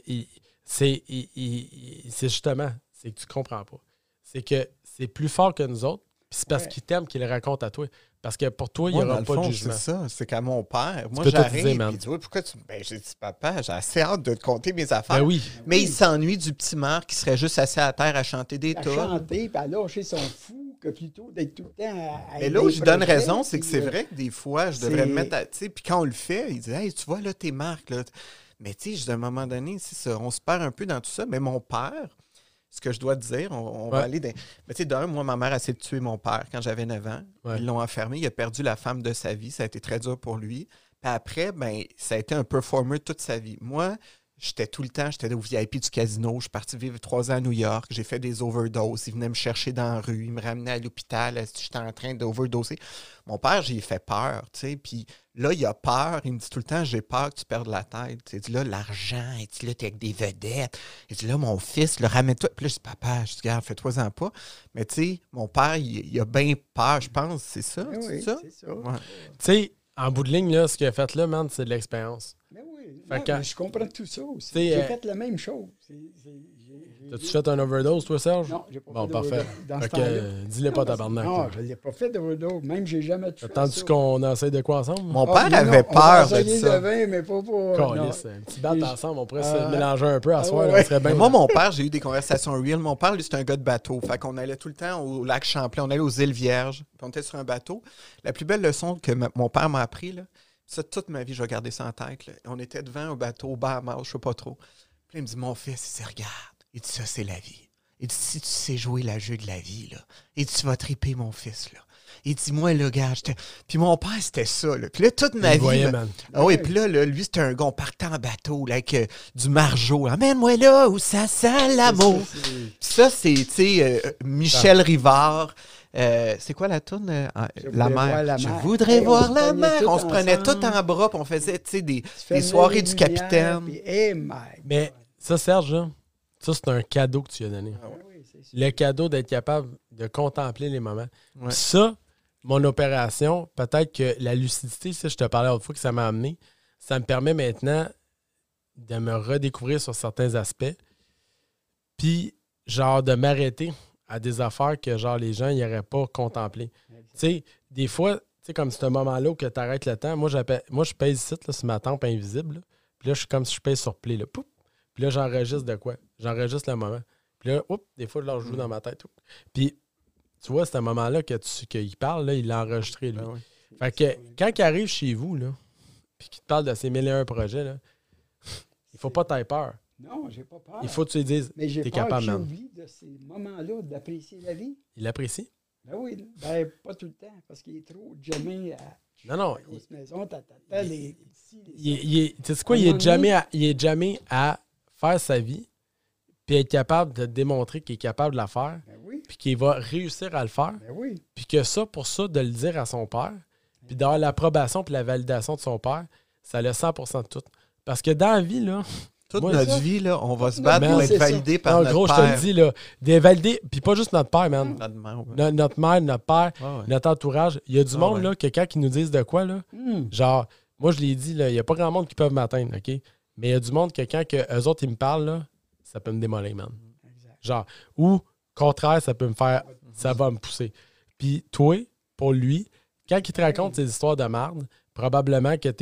justement, c'est que tu comprends pas. C'est que c'est plus fort que nous autres, puis c'est parce qu'il t'aime qu'il le raconte à toi. Parce que pour toi, il n'y aura pas de jugement. C'est ça, c'est qu'à mon père, moi j'arrive, il dit, oui, pourquoi tu... Ben, j'ai dit, papa, j'ai assez hâte de te conter mes affaires. Ben oui. Mais il s'ennuie du petit Marc qui serait juste assis à terre à chanter des tunes. À chanter, puis à lâcher son fou, que plutôt d'être tout le temps à mais là où je donne raison, c'est que c'est vrai que des fois, je devrais me mettre à... Tu sais, puis quand on le fait, il dit, hey, tu vois, là, t'es Marc, là. Mais tu sais, à un moment donné, on se perd un peu dans tout ça. Mais mon père... Ce que je dois te dire, on va aller... Mais tu sais, d'un, moi, ma mère a essayé de tuer mon père quand j'avais 9 ans. Ouais. Ils l'ont enfermé. Il a perdu la femme de sa vie. Ça a été très dur pour lui. Puis après, ben, ça a été un performer toute sa vie. Moi, j'étais au VIP du casino. Je suis parti vivre 3 ans à New York. J'ai fait des overdoses. Ils venaient me chercher dans la rue. Ils me ramenaient à l'hôpital. J'étais en train d'overdoser. Mon père, j'ai fait peur, tu sais. Puis là, il a peur. Il me dit tout le temps, j'ai peur que tu perdes la tête. Il dit là, l'argent. Il dit là, t'es avec des vedettes. Il dit là, mon fils, ramène-toi. Puis là, je dis, papa, je dis, regarde, fais-toi-en pas. Mais tu sais, mon père, il a bien peur, je pense. C'est ça? Oui, c'est ça? C'est ça. Ouais. Tu sais, en bout de ligne, là, ce qu'il a fait là, man, c'est de l'expérience. Mais oui, mais je comprends tout ça aussi. J'ai fait la même chose. T'as-tu fait un overdose, toi, Serge? Non, j'ai pas fait d'overdose. Fait que, dis-le pas, tabarnak. Non, je ne l'ai pas fait d'overdose. Même, j'ai jamais tué. Attends-tu qu'on essaye de quoi ensemble? Mon père avait peur de ça. Mais pas pour... Un petit bat ensemble, on pourrait se mélanger un peu à soir. Ouais. Serait bien. Moi, mon père, j'ai eu des conversations real. Mon père, lui, c'est un gars de bateau. Fait qu'on allait tout le temps au lac Champlain. On allait aux îles Vierges. Puis on était sur un bateau. La plus belle leçon que mon père m'a appris, là, ça, toute ma vie, je vais garder ça en tête. Là. On était devant un bateau au Bahamas, je sais pas trop. Puis il me dit, mon fils, il dit, regarde. Il dit, ça, c'est la vie. Il dit, si tu sais jouer le jeu de la vie, là, il dit, tu vas triper, mon fils, là. Il dit, moi, là, gars, puis mon père, c'était ça, là. Puis là, toute ma vie. Voyait, là, ah oui, puis là, lui, c'était un gars, on partait en bateau, là, avec du margeau. Amène-moi là où ça sent l'amour. Puis ça, c'est, tu sais, Michel Rivard. C'est quoi la tourne? La mer. Je voudrais voir la mer. On se prenait ensemble. tout en bras, puis on faisait des soirées du capitaine. Mais ça, Serge, là, ça, c'est un cadeau que tu lui as donné. Le cadeau d'être capable de contempler les moments. Ouais. Puis ça, mon opération, peut-être que la lucidité, ça, je te parlais l'autre fois que ça m'a amené, ça me permet maintenant de me redécouvrir sur certains aspects. Puis, genre, de m'arrêter à des affaires que, genre, les gens n'auraient pas contemplées. Tu sais, des fois, tu sais, comme ce moment-là où tu arrêtes le temps, moi, je pèse ici, là, sur ma tempe invisible. Là. Puis là, je suis comme si je pèse sur play. Là. Poup! Puis là, j'enregistre de quoi? J'enregistre le moment. Puis là, des fois, je leur joue dans ma tête. Puis, tu vois, c'est un moment-là qu'il parle, là, il l'a enregistré, lui. Oui. Fait que quand il arrive chez vous, là, puis qu'il te parle de ses 1001 projets, là, il faut pas t'avoir peur. Non, j'ai pas peur. Il faut que tu lui dises, Mais j'ai t'es peur capable, qu'il man. oublie de ces moments-là d'apprécier la vie. Il l'apprécie? Ben oui, ben pas tout le temps, parce qu'il est trop jamais à Non. la grosse maison, les Tu sais quoi, il est jamais à faire sa vie, puis être capable de démontrer qu'il est capable de la faire, Ben oui, puis qu'il va réussir à le faire, ben oui. puis que ça, pour ça, de le dire à son père, puis d'avoir l'approbation puis la validation de son père, ça a le 100% de tout. Parce que dans la vie, là... Toute moi, notre ça. vie, là, on va se battre Man, pour être c'est ça. validé par en notre gros, je père. te le dis, là, des validés, puis pas juste notre père, man. Notre mère, ouais. Notre mère, notre père, Ouais. notre entourage. Il y a du monde, ouais. là, que quand ils nous disent de quoi, là, genre, moi, je l'ai dit, là, il n'y a pas grand monde qui peut m'atteindre, OK? Mais il y a du monde que quand eux autres, ils me parlent, là, ça peut me démolir, man. Exact. Genre, ou, contraire, ça peut me faire, ça va me pousser. Puis toi, pour lui, quand il te raconte ses histoires de merde, probablement que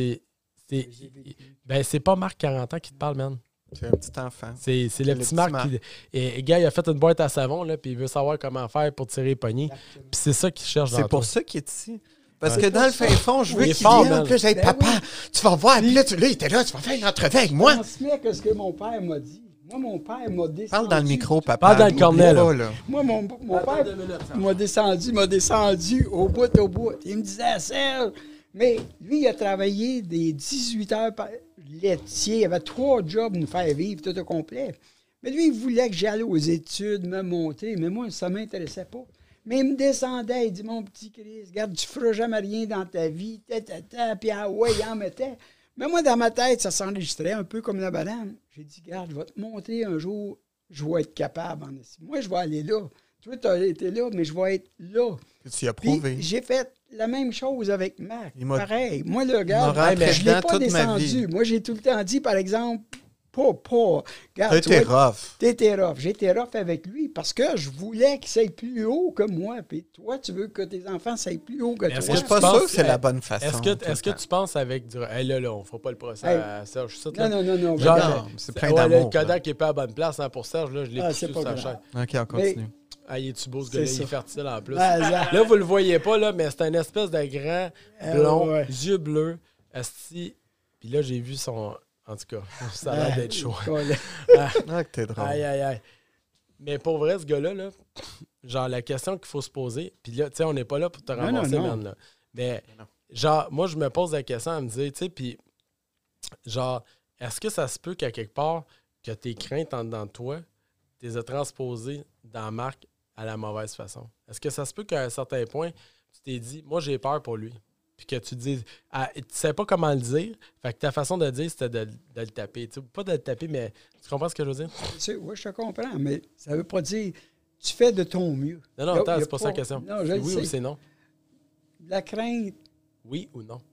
ben, c'est pas Marc 40 ans qui te parle, man. C'est un petit enfant. C'est le petit Marc qui... Et gars, il a fait une boîte à savon, là, puis il veut savoir comment faire pour tirer les poignées. Puis c'est ça qu'il cherche dans C'est pour toi. ça qu'il est ici. Parce Ouais. que dans le fin fond, je veux Il est qu'il fort, vienne. man. Puis là, j'ai dit, Ben papa, tu vas voir. Puis là, il était là, tu vas faire une entrevue avec moi. Transmets ce que mon père m'a dit. Moi, mon père m'a descendu. Parle dans le micro, papa. Parle dans le cornet, là. Oublie pas, là. Moi, mon père m'a descendu au bout. Il me disait, Serge, mais lui, il a travaillé des 18 heures par laitier. Il avait 3 jobs nous faire vivre tout au complet. Mais lui, il voulait que j'aille aux études, me monter. Mais moi, ça ne m'intéressait pas. Mais il me descendait, il dit, mon petit Chris, regarde, tu ne feras jamais rien dans ta vie. Puis ah ouais, il en mettait. Mais moi, dans ma tête, ça s'enregistrait un peu comme la banane. J'ai dit, regarde, je vais te montrer un jour, je vais être capable. Moi, je vais aller là. Toi, tu as été là, mais je vais être là. Tu y as Puis prouvé. j'ai fait la même chose avec Marc. Il m'a- Pareil. Moi, le gars, m'aura appris je ne l'ai dedans pas toute ma vie. descendu. Moi, j'ai tout le temps dit, par exemple, pas. T'as Regarde, été rough. t'étais rough. J'étais rough avec lui parce que je voulais qu'il s'aille plus haut que moi. Puis toi, tu veux que tes enfants s'aillent plus haut que Est-ce toi. Je suis pas tu penses sûr que c'est que- la bonne façon. Est-ce que tu penses avec du... Hey, là, on fera pas le procès Hey. à Serge. Ça, Non. Genre, Non, c'est plein ouais, là, d'amour, le Kodak qui est pas à bonne place, hein, pour Serge, là, je l'ai Ah, poussé c'est sur pas sa grave. chaîne. OK, on continue. Ah, il est-tu beau, ce C'est gars-là? Il ça. est fertile, en plus. Ah, Là, vous le voyez pas, là, mais c'est un espèce de grand, blond, ouais. yeux bleus, asti. Puis là, j'ai vu son... En tout cas, ça a l'air d'être chaud. Ah, que t'es drôle. Aïe. Mais pour vrai, ce gars-là, là, genre, la question qu'il faut se poser, puis là, tu sais, on n'est pas là pour te ramasser, non. man, là. Mais, genre, moi, je me pose la question à me dire, tu sais, puis, genre, est-ce que ça se peut qu'à quelque part, que tes craintes en dedans de toi, tu les as transposées dans Marc à la mauvaise façon? Est-ce que ça se peut qu'à un certain point, tu t'es dit, moi, j'ai peur pour lui? Puis que tu te dises, tu sais pas comment le dire, fait que ta façon de le dire, c'était de le taper. Tu sais, pas de le taper, mais tu comprends ce que je veux dire? Oui, je te comprends, mais ça veut pas dire tu fais de ton mieux. Non, Y a- attends, y a c'est pas ça la question. Non, je C'est le oui sais. ou c'est non? La crainte, Oui ou non?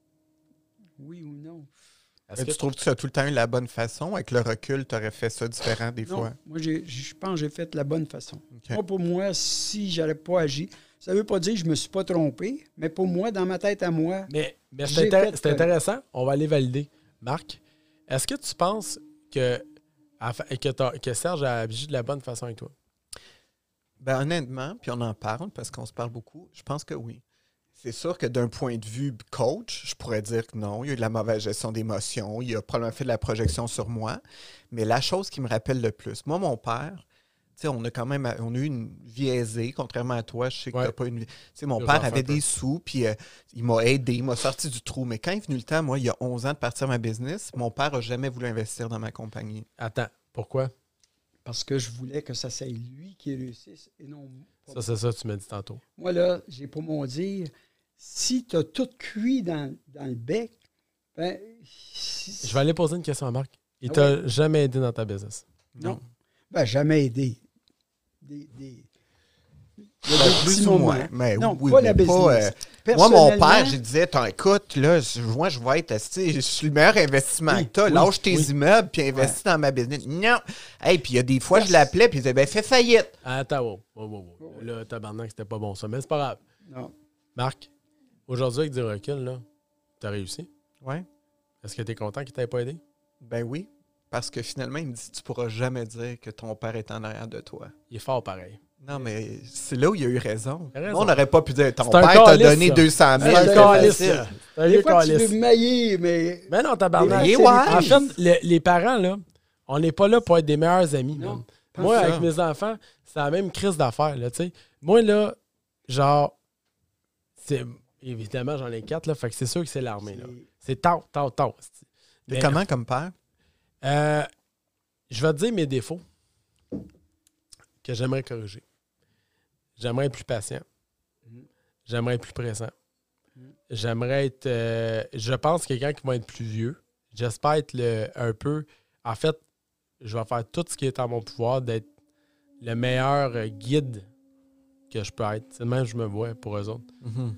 oui ou non? Est-ce Mais que tu trouves que tu as tout le temps eu la bonne façon? Avec le recul, tu aurais fait ça différent des Non, fois? moi, je pense que j'ai fait la bonne façon. OK. Moi, pour moi, si j'aurais pas agi, ça veut pas dire que je me suis pas trompé, mais pour moi, dans ma tête à moi, Mais J'ai c'est fait c'est intéressant. On va aller valider. Marc, est-ce que tu penses que Serge a agi de la bonne façon avec toi? Ben, honnêtement, puis on en parle parce qu'on se parle beaucoup, je pense que oui. C'est sûr que d'un point de vue coach, je pourrais dire que non, il y a eu de la mauvaise gestion d'émotions, il a probablement fait de la projection sur moi. Mais la chose qui me rappelle le plus, moi, mon père, tu sais, on a eu une vie aisée, contrairement à toi, je sais que Ouais. t'as pas une vie. Tu sais, mon Je père m'en fais avait un peu. des sous, puis il m'a aidé, il m'a sorti du trou. Mais quand est venu le temps, moi, il y a 11 ans de partir ma business, mon père n'a jamais voulu investir dans ma compagnie. Attends, pourquoi? parce que je voulais que ça soit lui qui réussisse et non moi. Ça, c'est ça que tu m'as dit tantôt. Moi, là, j'ai pour mon dire, si tu as tout cuit dans le bec, ben... Je vais aller poser une question à Marc. Il t'a jamais aidé dans ta business? Non. Ben, jamais aidé. Plus ou moins. Mais non, oui, pas mais la business. Moi, mon père, je disais, écoute, là, moi, je vais être, je suis le meilleur investissement que tu as. Lâche tes immeubles puis investis dans ma business. Non. Hey, puis il y a des fois, je l'appelais puis il disait, fais faillite. Attends, wow. Là, tabarnak, c'était pas bon ça, mais c'est pas grave. Non. Marc, aujourd'hui, avec du recul, là, t'as réussi? Oui. Est-ce que t'es content qu'il t'ait pas aidé? Ben oui. Parce que finalement, il me dit, tu pourras jamais dire que ton père est en arrière de toi. Il est fort pareil. Non, mais c'est là où il a eu raison. Il a raison. On n'aurait pas pu dire, ton C'est un père t'a calice, donné ça. 200 000. C'est un calice, facile. ça. C'est un Des vieux fois, tu calice. veux mailler, mais... Mais non, tabarnak. Mais c'est ouais. En fait, les parents, là, on n'est pas là pour être des meilleurs amis. Non. Man. Moi, ça. avec mes enfants, c'est la même crise d'affaires, là, tu sais. Moi, là, genre, c'est... Évidemment, j'en ai 4, là, fait que c'est sûr que c'est l'armée, là. C'est tard. Mais comment comme père? Je vais te dire mes défauts que j'aimerais corriger. J'aimerais être plus patient. J'aimerais être plus présent. J'aimerais être... je pense quelqu'un qui va être plus vieux. J'espère être un peu... En fait, je vais faire tout ce qui est en mon pouvoir d'être le meilleur guide que je peux être. C'est le même que je me vois pour eux autres.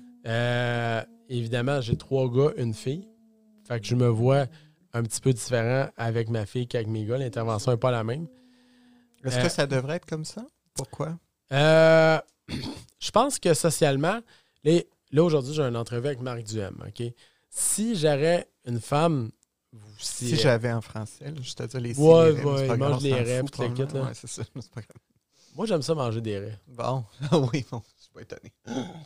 Évidemment, j'ai 3 gars, une fille. Fait que je me vois un petit peu différent avec ma fille qu'avec mes gars. L'intervention n'est pas la même. Est-ce que ça devrait être comme ça? Pourquoi? Je pense que socialement, là aujourd'hui, j'ai une entrevue avec Marc Duhem. OK? Si j'aurais une femme... Si j'avais en français, là, je te dis les il mange des raies et tout le kit. Ouais, c'est ça, c'est pas grave. Moi, j'aime ça manger des raies. Bon, oui, bon, je suis pas étonné.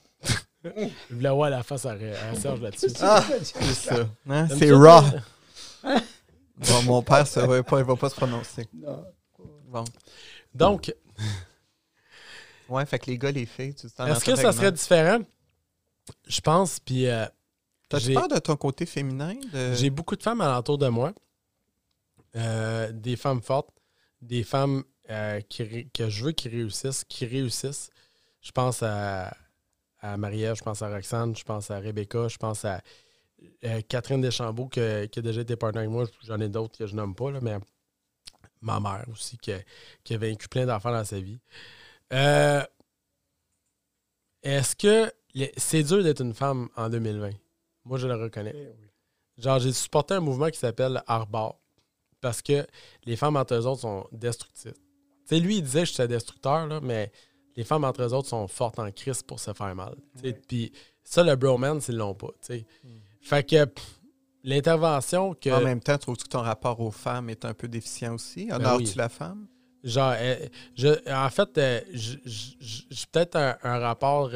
Je voulais voir la face à Serge là-dessus. C'est ça. Hein? T'aimes C'est ça, raw. toi? Bon, mon père, il va pas se prononcer. Non. Bon. Donc, Ouais, fait que les gars, les filles, tu t'en est-ce que ça serait différent? Je pense, puis... T'as-tu peur de ton côté féminin? J'ai beaucoup de femmes alentour de moi. Des femmes fortes, des femmes que je veux qui réussissent. Je pense à Marie-Ève, je pense à Roxane, je pense à Rebecca, je pense à Catherine Deschambault qui a déjà été partenaire avec moi. J'en ai d'autres que je nomme pas, là, mais ma mère aussi qui a vaincu plein d'enfants dans sa vie. Est-ce que c'est dur d'être une femme en 2020? Moi, je le reconnais. Genre, j'ai supporté un mouvement qui s'appelle Arbor parce que les femmes entre eux autres sont destructives. Tu sais, lui, il disait que j'étais destructeur, là, mais les femmes entre eux autres sont fortes en crise pour se faire mal. Puis ça, le bromance, ils l'ont pas. Fait que l'intervention que... En même temps, trouves-tu que ton rapport aux femmes est un peu déficient aussi? Honores-tu la femme? Genre, en fait, j'ai peut-être un rapport...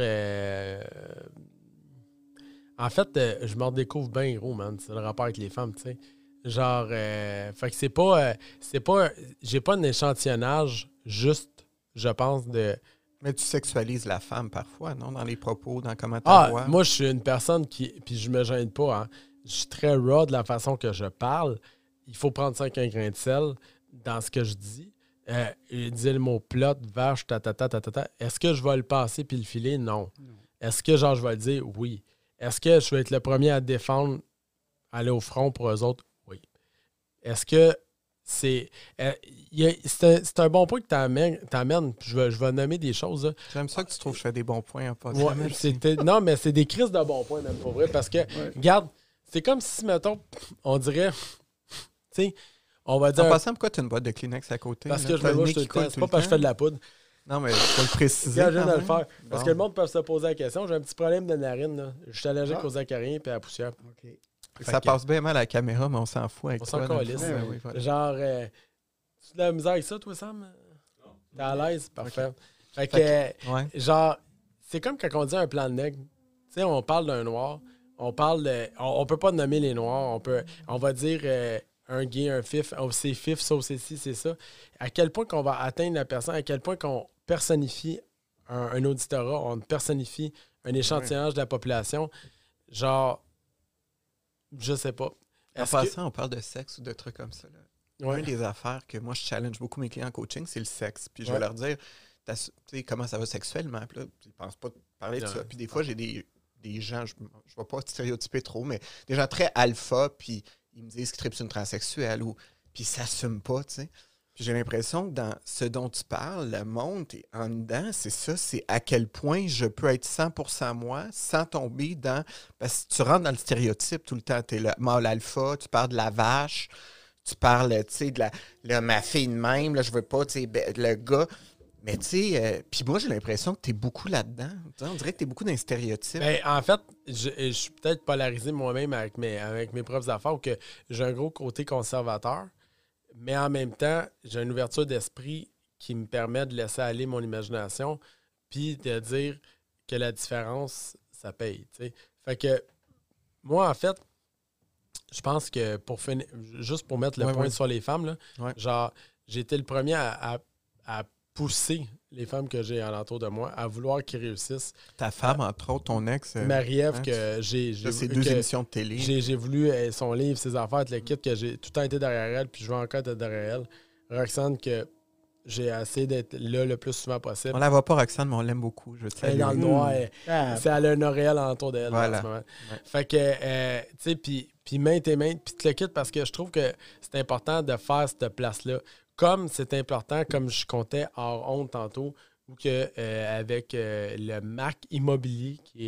En fait, je m'en découvre bien gros, man. C'est le rapport avec les femmes, tu sais. Genre, fait que c'est pas... j'ai pas un échantillonnage juste, je pense, de... Mais tu sexualises la femme parfois, non? Dans les propos, dans comment tu la vois. Moi, je suis une personne qui... Puis je me gêne pas, hein. Je suis très raw de la façon que je parle. Il faut prendre ça avec un grain de sel dans ce que je dis. Dire le mot plot, vache, ta. Est-ce que je vais le passer puis le filer? Non. Est-ce que, genre, je vais le dire? Oui. Est-ce que je vais être le premier à défendre, aller au front pour eux autres? Oui. Est-ce que c'est un bon point que tu amènes. Je vais nommer des choses. Là. J'aime ça que tu trouves que je fais des bons points en passant. Non, mais c'est des crises de bons points, même, pour vrai. Parce que, regarde, c'est comme si, mettons, on dirait, tu sais, on va dire... En passant, pourquoi tu as une boîte de Kleenex à côté? Parce que je me mouche tout le temps. C'est pas parce que je fais de la poudre. Non, mais il faut le préciser. Je viens de le faire. Parce que le monde peut se poser la question. J'ai un petit problème de narine. Là. Je suis allergique aux acariens et à la poussière. OK. Ça passe bien mal à la caméra, mais on s'en fout avec toi. On s'en calisse. Voilà. Genre, tu as de la misère avec ça, toi, Sam? T'es à l'aise? Parfait. Fait que, genre, c'est comme quand on dit un plan de nègre. Tu sais, on parle d'un noir. On parle de... On peut pas nommer les noirs. On va dire... un gay, un fif, c'est fif, ça, c'est ci, c'est ça. À quel point qu'on va atteindre la personne, à quel point qu'on personnifie un auditorat, on personnifie un échantillonnage de la population. Genre, je sais pas. En passant, on parle de sexe ou de trucs comme ça. Là. Une des affaires que moi, je challenge beaucoup mes clients en coaching, c'est le sexe. Puis je vais leur dire, tu sais, comment ça va sexuellement? Puis là, ils ne pensent pas parler de ça. Puis des fois, j'ai des gens, je ne vais pas stéréotyper trop, mais des gens très alpha, puis ils me disent qu'ils trippent sur une transsexuelle, puis ils ne s'assument pas, tu sais. Puis j'ai l'impression que dans ce dont tu parles, le monde, t'es en dedans, c'est ça, c'est à quel point je peux être 100% moi sans tomber dans... Parce que tu rentres dans le stéréotype tout le temps. Tu es le mâle alpha, tu parles de la vache, tu parles, tu sais, de ma fille de même, là, je veux pas, tu sais, le gars... Mais tu sais, puis moi, j'ai l'impression que tu es beaucoup là-dedans. On dirait que tu es beaucoup dans les stéréotypes. Ben, en fait, je suis peut-être polarisé moi-même avec mes propres affaires, ou que j'ai un gros côté conservateur. Mais en même temps, j'ai une ouverture d'esprit qui me permet de laisser aller mon imagination puis de dire que la différence, ça paye. T'sais. Fait que moi, en fait, je pense que juste pour mettre le point sur les femmes, là, genre, j'ai été le premier à pousser les femmes que j'ai alentour de moi à vouloir qu'ils réussissent. Ta femme, entre autres, ton ex. Marie-Ève, que j'ai ces deux émissions de télé. J'ai voulu son livre, ses affaires, le kit, que j'ai tout le temps été derrière elle, puis je veux encore être derrière elle. Roxane, que j'ai essayé d'être là le plus souvent possible. On la voit pas, Roxane, mais on l'aime beaucoup. Elle est dans le noir. Elle a un auréole alentour d'elle en ce moment. Fait que, tu sais, puis maintes et maintes, puis le kit, parce que je trouve que c'est important de faire cette place-là. Comme c'est important, comme je comptais hors honte tantôt, ou que avec le Mac Immobilier, qui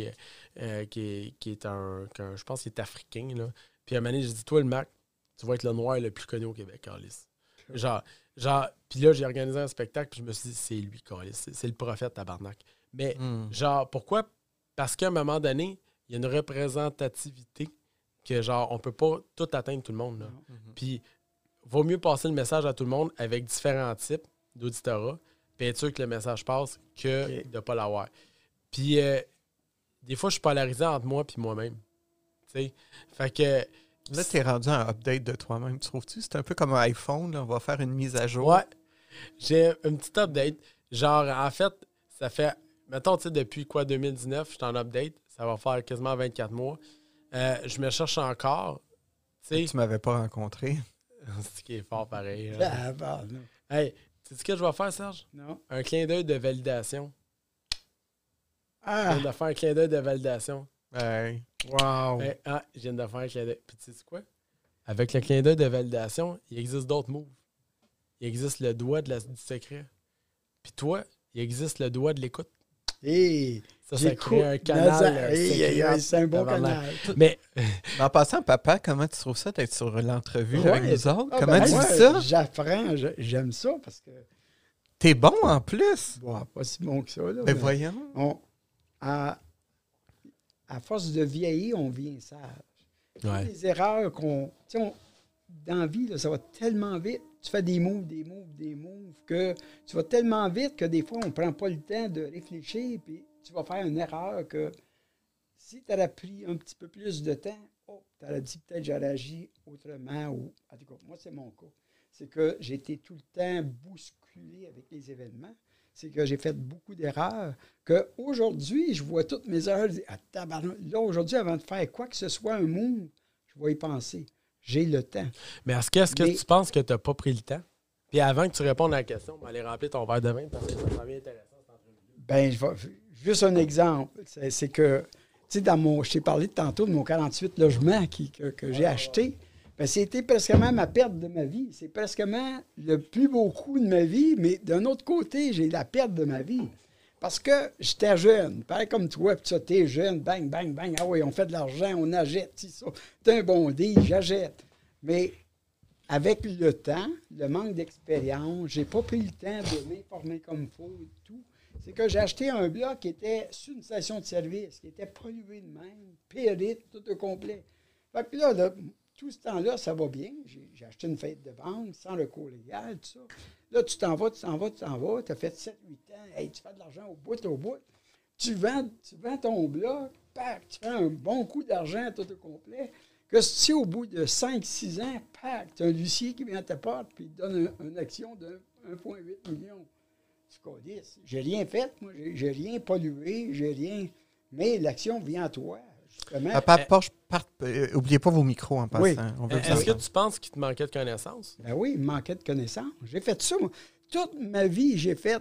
est un je pense qu'il est africain, là. Puis à un moment donné, j'ai dit, toi, le Mac, tu vas être le noir le plus connu au Québec, Carlis. Genre, puis là, j'ai organisé un spectacle, puis je me suis dit, c'est lui, Carlis, c'est le prophète, tabarnak. Mais, genre, pourquoi? Parce qu'à un moment donné, il y a une représentativité que, genre, on peut pas tout atteindre tout le monde, là. Puis, vaut mieux passer le message à tout le monde avec différents types d'auditorat, puis être sûr que le message passe que de ne pas l'avoir. Puis, des fois, je suis polarisé entre moi et moi-même. T'sais? Fait que... Là, tu es rendu un update de toi-même, trouves-tu? C'est un peu comme un iPhone, là, on va faire une mise à jour. Ouais. J'ai une petite update. Genre, en fait, ça fait... Mettons, tu sais, depuis 2019, je suis en update. Ça va faire quasiment 24 mois. Je me cherche encore. Tu m'avais pas rencontré. C'est ce qui est fort pareil. Non. Hey, sais-tu ce que je vais faire, Serge? Non. Un clin d'œil de validation. Ah! Je viens de faire un clin d'œil de validation. Hey. Wow! Hey, je viens de faire un clin d'œil. Puis tu sais quoi? Avec le clin d'œil de validation, il existe d'autres moves. Il existe le doigt du secret. Puis toi, il existe le doigt de l'écoute. Hey, ça crée un canal. C'est un bon canal. Mais en passant, papa, comment tu trouves ça d'être sur l'entrevue avec nous autres? Comment tu moi, dis ça? J'apprends, j'aime ça parce que... T'es bon en plus? Bon, pas si bon que ça. Là, mais voyons. À force de vieillir, on devient sage. Ouais. Les erreurs dans la vie, là, ça va tellement vite. Tu fais des moves, que tu vas tellement vite que des fois, on ne prend pas le temps de réfléchir, puis tu vas faire une erreur que si tu aurais pris un petit peu plus de temps, tu aurais dit peut-être j'aurais agi autrement. En tout cas, moi, c'est mon cas. C'est que j'ai été tout le temps bousculé avec les événements. C'est que j'ai fait beaucoup d'erreurs. Qu'aujourd'hui, je vois toutes mes erreurs. Je dis, là, aujourd'hui, avant de faire quoi que ce soit un move, je vais y penser. J'ai le temps. Mais est-ce que tu penses que tu n'as pas pris le temps? Puis avant que tu répondes à la question, on va aller remplir ton verre de vin parce que ça sera bien intéressant cette entrevue. Juste un exemple. C'est que, tu sais, je t'ai parlé tantôt de mon 48 logements que j'ai acheté. Ben, c'était presque ma perte de ma vie. C'est presque le plus beau coup de ma vie, mais d'un autre côté, j'ai la perte de ma vie. Parce que j'étais jeune, pareil comme toi, puis ça, t'es jeune, bang, bang, bang, ah oui, on fait de l'argent, on achète, ça. T'es un bon deal, j'achète. Mais avec le temps, le manque d'expérience, j'ai pas pris le temps de m'informer comme il faut et tout. C'est que j'ai acheté un bloc qui était sur une station de service, qui était pollué de même, périte, tout au complet. Fait que là, tout ce temps-là, ça va bien. J'ai acheté une fête de banque sans recours légal, tout ça. Là, tu t'en vas. Tu as fait 7-8 ans. Hey, tu fais de l'argent au bout. Tu vends ton bloc, tu fais un bon coup d'argent tout au complet. Que si au bout de 5-6 ans, tu as un huissier qui vient à ta porte et il te donne une action de 1,8 million. Tu connais. J'ai rien fait, moi. J'ai rien pollué, j'ai rien. Mais l'action vient à toi. justement. Oubliez pas vos micros en passant. Oui. On veut vous Est-ce que entendre. tu penses qu'il te manquait de connaissances? Ben oui, il me manquait de connaissances. J'ai fait ça, moi. Toute ma vie, j'ai fait...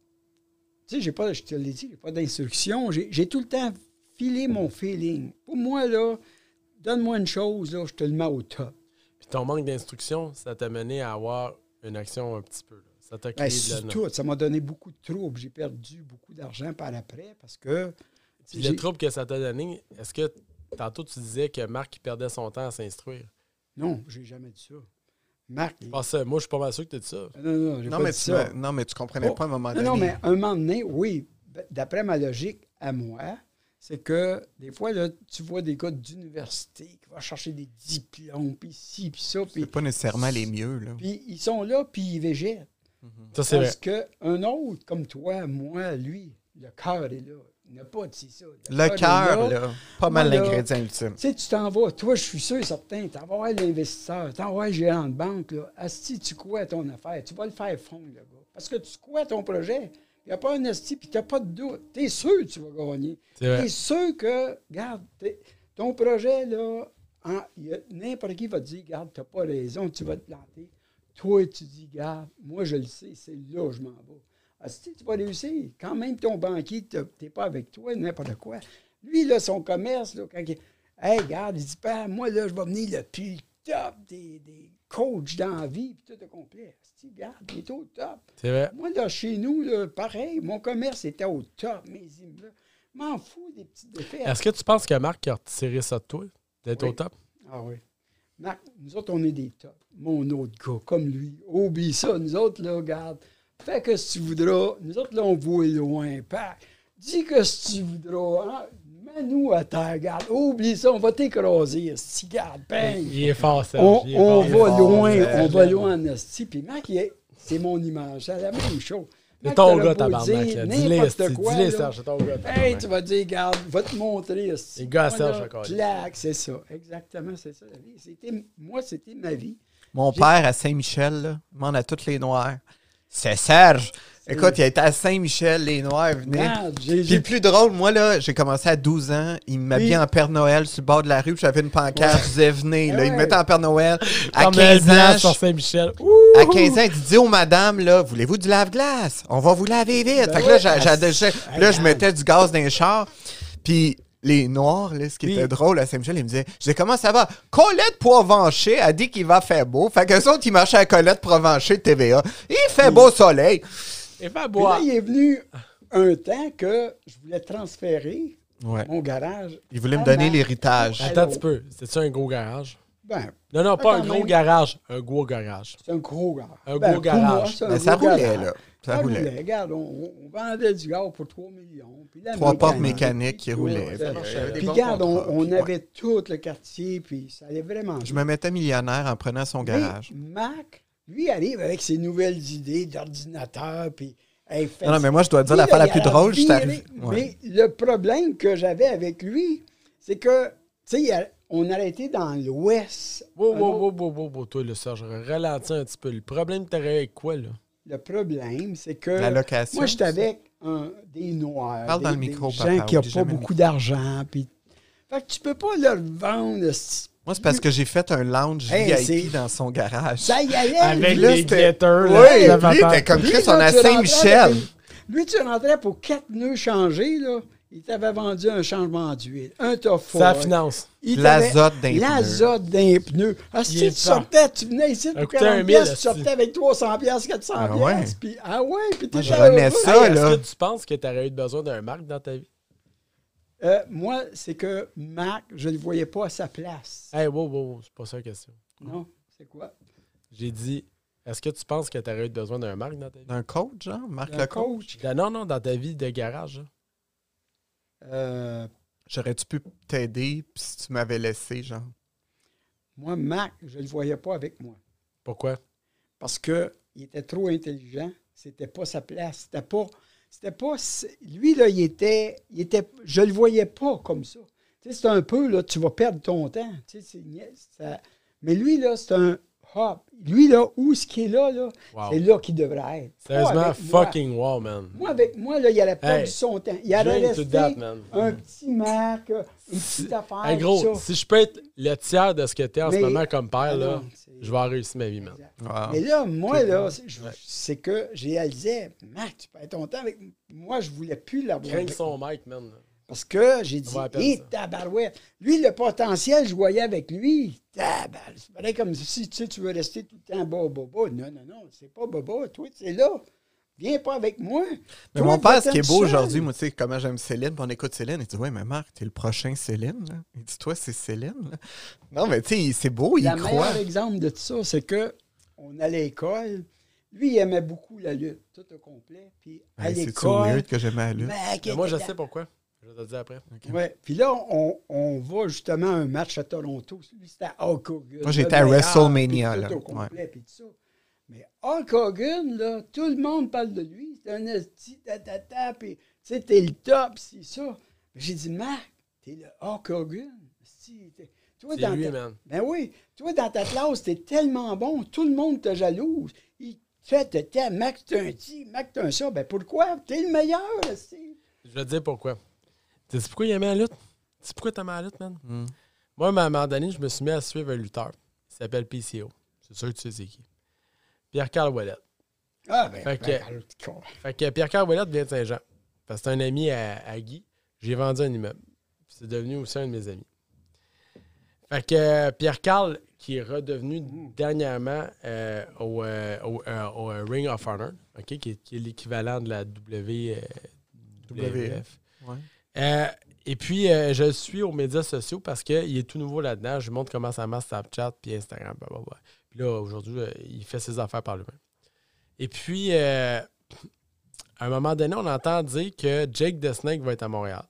Tu sais, je te l'ai dit, j'ai pas d'instruction. J'ai tout le temps filé mon feeling. Pour moi, là, donne-moi une chose, là, je te le mets au top. Puis ton manque d'instruction, ça t'a mené à avoir une action un petit peu. Là. Ça t'a créé Ben, de la... tout, ça m'a donné beaucoup de troubles. J'ai perdu beaucoup d'argent par après parce que... Puis le trouble que ça t'a donné, est-ce que tantôt tu disais que Marc il perdait son temps à s'instruire? Non, j'ai jamais dit ça. Marc... Moi, je suis pas mal sûr que tu as dit ça. Non, j'ai pas dit ça. Non, mais tu comprenais pas à un moment donné. Non, mais un moment donné, oui, d'après ma logique à moi, c'est que des fois, là, tu vois des gars d'université qui vont chercher des diplômes, puis ci, puis ça. C'est pas nécessairement les mieux, là. Puis ils sont là, puis ils végètent. Ça, c'est vrai. Parce qu'un autre, comme toi, moi, lui, le cœur est là. Il n'a pas dit ça. Le cœur, est là, pas mal Moi, là, l'ingrédient ultime. Tu sais, tu t'en vas, toi, je suis sûr et certain, tu vas voir l'investisseur, tu vas voir le gérant de banque, là. Asti, tu crois à ton affaire, tu vas le faire fondre, le gars. Parce que tu crois à ton projet. Il n'y a pas un asti, puis tu n'as pas de doute. Tu es sûr que tu vas gagner. Tu es sûr que, regarde, ton projet, là, n'importe qui va te dire, regarde, tu n'as pas raison, tu vas te planter. Toi, tu dis, regarde, moi, je le sais, c'est là que je m'en vais. Asti, tu vas réussir. Quand même ton banquier, tu n'es pas avec toi, n'importe quoi. Lui, là, son commerce, là, quand il... Hey, regarde, il dit, pas, moi, là, je vais venir le plus top des coachs dans la vie, puis tout est complet. Asti, regarde, il est au top. C'est vrai. Moi, là, chez nous, là, pareil, mon commerce était au top, mes immeubles. Je m'en fous des petites défaites. Est-ce que tu penses que Marc a retiré ça de toi, d'être Oui. au top? Ah oui. Marc, nous autres, on est des tops. Mon autre gars, comme lui. Oublie ça, nous autres, là, regarde. Fais que si tu voudras. Nous autres, là, on voit loin. Dis que si tu voudras. Hein? Mets-nous à terre, regarde. Oublie ça, on va t'écraser. Si, garde, bang. Il est fort, ça. On va loin en esti. Puis Marc, c'est mon image. C'est la même chose. C'est ton gars, tabarnak. Dis-le, Serge, c'est ton gars. Hey, tu vas dire, regarde, va te montrer. Les gars à Serge, encore. Clac, c'est ça. Exactement, c'est ça la vie. Moi, c'était ma vie. Mon père à Saint-Michel, là, demande à toutes les Noirs. C'est Serge. Écoute, il a été à Saint-Michel, les Noirs venaient. Puis le plus drôle, moi, là, j'ai commencé à 12 ans. Il m'habillait en Père Noël sur le bord de la rue. Puis j'avais une pancarte, je disais, venez. Là, il me mettait en Père Noël. À 15 ans, sur Saint-Michel. à 15 ans, il dit aux madames, là, voulez-vous du lave-glace? On va vous laver vite. Fait que là, je mettais du gaz dans les chars. Puis les Noirs, là, ce qui était drôle à Saint-Michel, ils me disaient, je disais, comment ça va? Colette Provencher a dit qu'il va faire beau. Fait qu'eux autres, ils marchaient à Colette Provencher de TVA. Il fait beau soleil. Et fait Puis là, il est venu un temps que je voulais transférer mon garage. Il voulait me donner l'héritage. Attends un petit peu. C'est-tu un gros garage? Ben, Non, pas un quand gros même. garage. Un gros garage. c'est un gros garage. Un gros pour garage. moi, c'est un Ben, ça gros roulait, garage. là. Ça Ça roulait. roulait. Regarde, on vendait du gaz pour 3 millions. Puis la 3 portes mécanique, mécaniques qui tout, roulaient. ça. Puis, il y avait des Puis bons regarde, contrats. on Puis, avait tout le quartier, puis ça allait vraiment Je bien. me mettais millionnaire en prenant son garage. Mais Mac, lui, arrive avec ses nouvelles idées d'ordinateur, puis... Hey, Non, mais moi, je dois te dire l'affaire la plus drôle, je suis arrivé. Mais le problème que j'avais avec lui, c'est que, tu sais, on aurait été dans l'Ouest. Wow, toi, le Serge, ralentis un petit peu. Le problème, t'aurais avec quoi, là? Le problème, c'est que... La location. Moi, j'étais avec des Noirs. Parle dans le des micro, gens papa, qui n'ont oublie pas jamais le beaucoup d'argent. Puis... Fait que tu peux pas leur vendre... Moi, c'est parce que j'ai fait un lounge Hey, VIP dans son garage. Ça y allait. Avec lui, là, les c'était- glitters, Oui, là. lui, t'es comme Lui, Chris, là, on est à tu rentrais Saint-Michel. avec lui, tu rentrais pour 4 pneus changés, là. Il t'avait vendu un changement d'huile, un top C'est la finance. L'azote d'un pneu. L'azote d'un pneu. Ah, Il si est tu sortais, tu venais ici pour coûtait 40 1 000, piastres, tu esti. sortais avec 300 piastres, 400 Ah ouais. piastres, puis puis Moi, t'étais je renais heureux. ça, Hey, là. est-ce que tu penses que tu aurais eu besoin d'un Marc dans ta vie? Moi, c'est que Marc, je ne le voyais pas à sa place. Hey, wow, c'est pas ça la question. Non, c'est quoi? J'ai dit, est-ce que tu penses que tu aurais eu besoin d'un Marc dans ta vie? D'un coach, genre? Marc Un le coach? Non, dans ta vie de garage. Là. J'aurais-tu pu t'aider si tu m'avais laissé, genre? Moi, Marc, je ne le voyais pas avec moi. Pourquoi? Parce qu'il était trop intelligent. C'était pas sa place. C'était pas lui, là, il était, je le voyais pas comme ça. Tu sais, c'est un peu, là, tu vas perdre ton temps. Tu sais, mais lui, là, c'est un hop. Lui, là, où ce qui est là, Wow. c'est là qu'il devrait être. Sérieusement, fucking wow, man. Moi, avec moi, là, il aurait perdu son temps. Il aurait drink to resté that, man. un petit Mac, une petite affaire. Hey, gros, tout ça. si je peux être le tiers de ce que t'es en ce Mais- moment comme père, Ah là, non, je vais en réussir ma vie, man. Wow. Mais là, moi, là, c'est que j'ai réalisé, Mac, tu perds ton temps avec moi, je voulais plus l'avoir. Crains avec son mic, man. Parce que j'ai dit, Ça va à peine, hé, ça. tabarouette. Lui, le potentiel, je voyais avec lui. C'est pareil comme si tu veux rester tout le temps bas. Non, c'est pas baba. Toi, c'est là. Viens pas avec moi. Mais Toi, mon père, ce va-t'en qui est beau seul. aujourd'hui, moi, tu sais, comment j'aime Céline, puis on écoute Céline, il dit, ouais, mais Marc, t'es le prochain Céline, là. Il dit, toi, c'est Céline, là. Non, mais tu sais, c'est beau, il Le croit. meilleur exemple de tout ça, c'est que on allait à l'école. Lui, il aimait beaucoup la lutte, tout au complet. Puis à Ouais, c'est-tu l'école. weird que j'aimais la lutte? Mac Mais moi, je était sais pourquoi. Je vais te le dire après. Ouais. Puis là, on va justement à un match à Toronto. Lui, c'était Hulk Hogan. Moi, j'étais le à meilleur, WrestleMania, puis là. tout au complet, puis tout ça. Mais Hulk Hogan, là, tout le monde parle de lui. C'est un esti, puis tu sais, t'es le top, c'est ça. Mais j'ai dit, Marc, t'es le Hulk Hogan. Toi, C'est dans lui, ta... man. Ben oui. Toi, dans ta classe, t'es tellement bon. Tout le monde te jalouse. Il te Mac, t'es un ci, Mac, t'es un ça. Ben pourquoi? T'es le meilleur, esti. Je vais te dire pourquoi. Tu sais pourquoi il aimait la lutte? Tu sais pourquoi t'aimais la lutte, man? Moi, à un moment donné, je me suis mis à suivre un lutteur. Il s'appelle PCO. C'est sûr que tu sais c'est qui. Pierre-Carl Ouellette. Ah, ben, Fait que Pierre-Carl Ouellette vient de Saint-Jean. Parce que c'est un ami à Guy. J'ai vendu un immeuble. C'est devenu aussi un de mes amis. Fait que Pierre-Carl, qui est redevenu dernièrement au Ring of Honor, okay, qui est l'équivalent de la WWF. Ouais. Et puis, je le suis aux médias sociaux parce qu'il est tout nouveau là-dedans. Je lui montre comment ça marche Snapchat puis Instagram. Blablabla. Puis là, aujourd'hui, il fait ses affaires par lui-même. Et puis, à un moment donné, on entend dire que Jake the Snake va être à Montréal.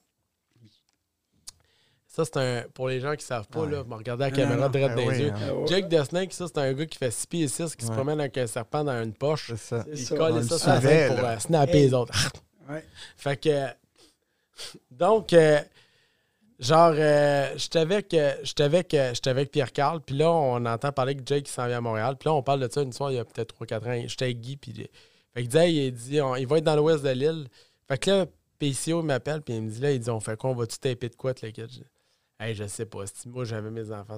Ça, c'est un. Pour les gens qui ne savent pas, là, me regarder la caméra direct dans les yeux. Jake the Snake, ça, c'est un gars qui fait 6 pieds et 6 qui se promène avec un serpent dans une poche. C'est ça. Il ça. colle On ça le sur la savait, tête pour là. snapper les autres. Ouais. Fait que. Donc, genre, j'étais avec Pierre-Carl, puis là, on entend parler que Jake s'en vient à Montréal. Puis là, on parle de ça une soirée il y a peut-être 3-4 ans. J'étais avec Guy, puis fait que il dit, il va être dans l'ouest de l'île. Fait que là, PCO m'appelle, puis il me dit, là, il dit, on fait quoi? On va-tu taper de quoi, le kid? Hey, je sais pas. Si moi, j'avais mes enfants,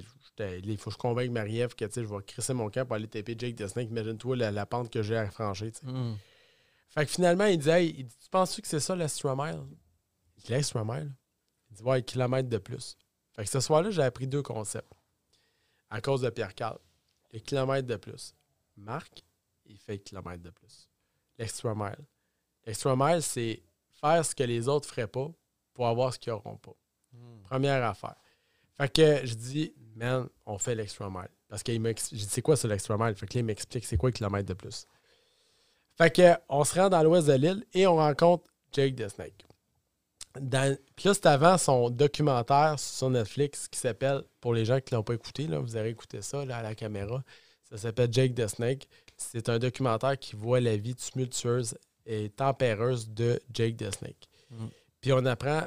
il faut que je convainque Marie-Ève que, tu sais, je vais crisser mon camp pour aller taper Jake the Snake. Imagine-toi la pente que j'ai à franchir, tu sais. Fait que finalement, il dit, hey, tu penses-tu que c'est ça l'extra mile? L'extra mile? Il dit, ouais, kilomètre de plus. Fait que ce soir-là, j'ai appris 2 concepts. À cause de Pierre-Carl. Le kilomètre de plus. Marc, il fait le kilomètre de plus. L'extra mile. L'extra mile, c'est faire ce que les autres ne feraient pas pour avoir ce qu'ils n'auront pas. Première affaire. Fait que je dis, man, on fait l'extra mile. Parce qu'il m'a je dis, c'est quoi ça l'extra mile? Fait que là, il m'explique c'est quoi le kilomètre de plus. Fait que on se rend dans l'ouest de l'île et on rencontre Jake the Snake. Puis là, c'est avant son documentaire sur Netflix qui s'appelle, pour les gens qui ne l'ont pas écouté, là, vous aurez écouté ça là, à la caméra, ça s'appelle Jake the Snake. C'est un documentaire qui voit la vie tumultueuse et tempéreuse de Jake the Snake. Puis on apprend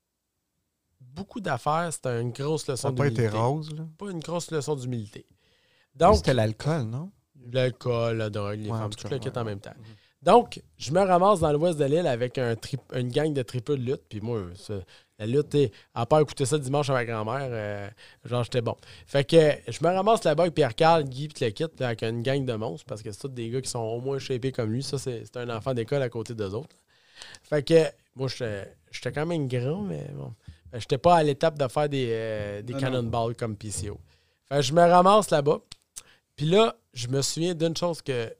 beaucoup d'affaires. C'est une grosse leçon d'humilité. Ça n'a pas été rose, là? Pas une grosse leçon d'humilité. Donc, c'était l'alcool, non? L'alcool, la drogue, les femmes, tout le kit en même temps. Mm-hmm. Donc, je me ramasse dans l'ouest de l'île avec une gang de tripeux de lutte. Puis moi, la lutte, à part écouter ça dimanche avec ma grand-mère, genre, j'étais bon. Fait que je me ramasse là-bas avec Pierre-Carl, Guy, puis le kit, avec une gang de monstres, parce que c'est tous des gars qui sont au moins shapés comme lui. Ça, c'est un enfant d'école à côté d'eux autres. Fait que moi, j'étais quand même grand, mais bon. J'étais pas à l'étape de faire des cannonballs comme PCO. Fait que je me ramasse là-bas. Puis là, je me souviens d'une chose que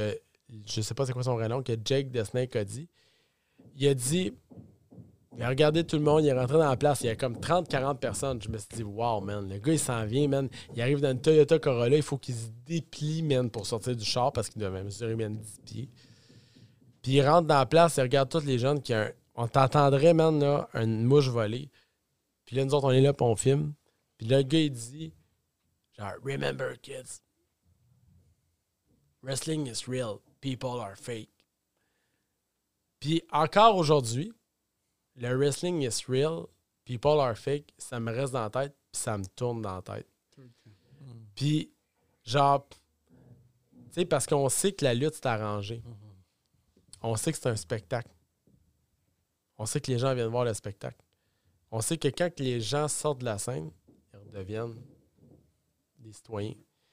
je sais pas c'est quoi son vrai nom, que Jake the Snake a dit. Il a dit, il a regardé tout le monde, il est rentré dans la place, il y a comme 30-40 personnes. Je me suis dit, wow, man, le gars, il s'en vient, man. Il arrive dans une Toyota Corolla, il faut qu'il se déplie, man, pour sortir du char parce qu'il devait mesurer, man, 10 pieds. Puis il rentre dans la place, il regarde tous les jeunes qui ont... On t'entendrait, man, là, une mouche volée. Puis là, nous autres, on est là, puis on filme. Puis là, le gars, il dit, genre, remember, kids. Wrestling is real. People are fake. Puis encore aujourd'hui, le wrestling is real. People are fake. Ça me reste dans la tête. Puis ça me tourne dans la tête. Puis Genre, tu sais, parce qu'on sait que la lutte, c'est arrangé. On sait que c'est un spectacle. On sait que les gens viennent voir le spectacle. On sait que quand les gens sortent de la scène, ils redeviennent des citoyens.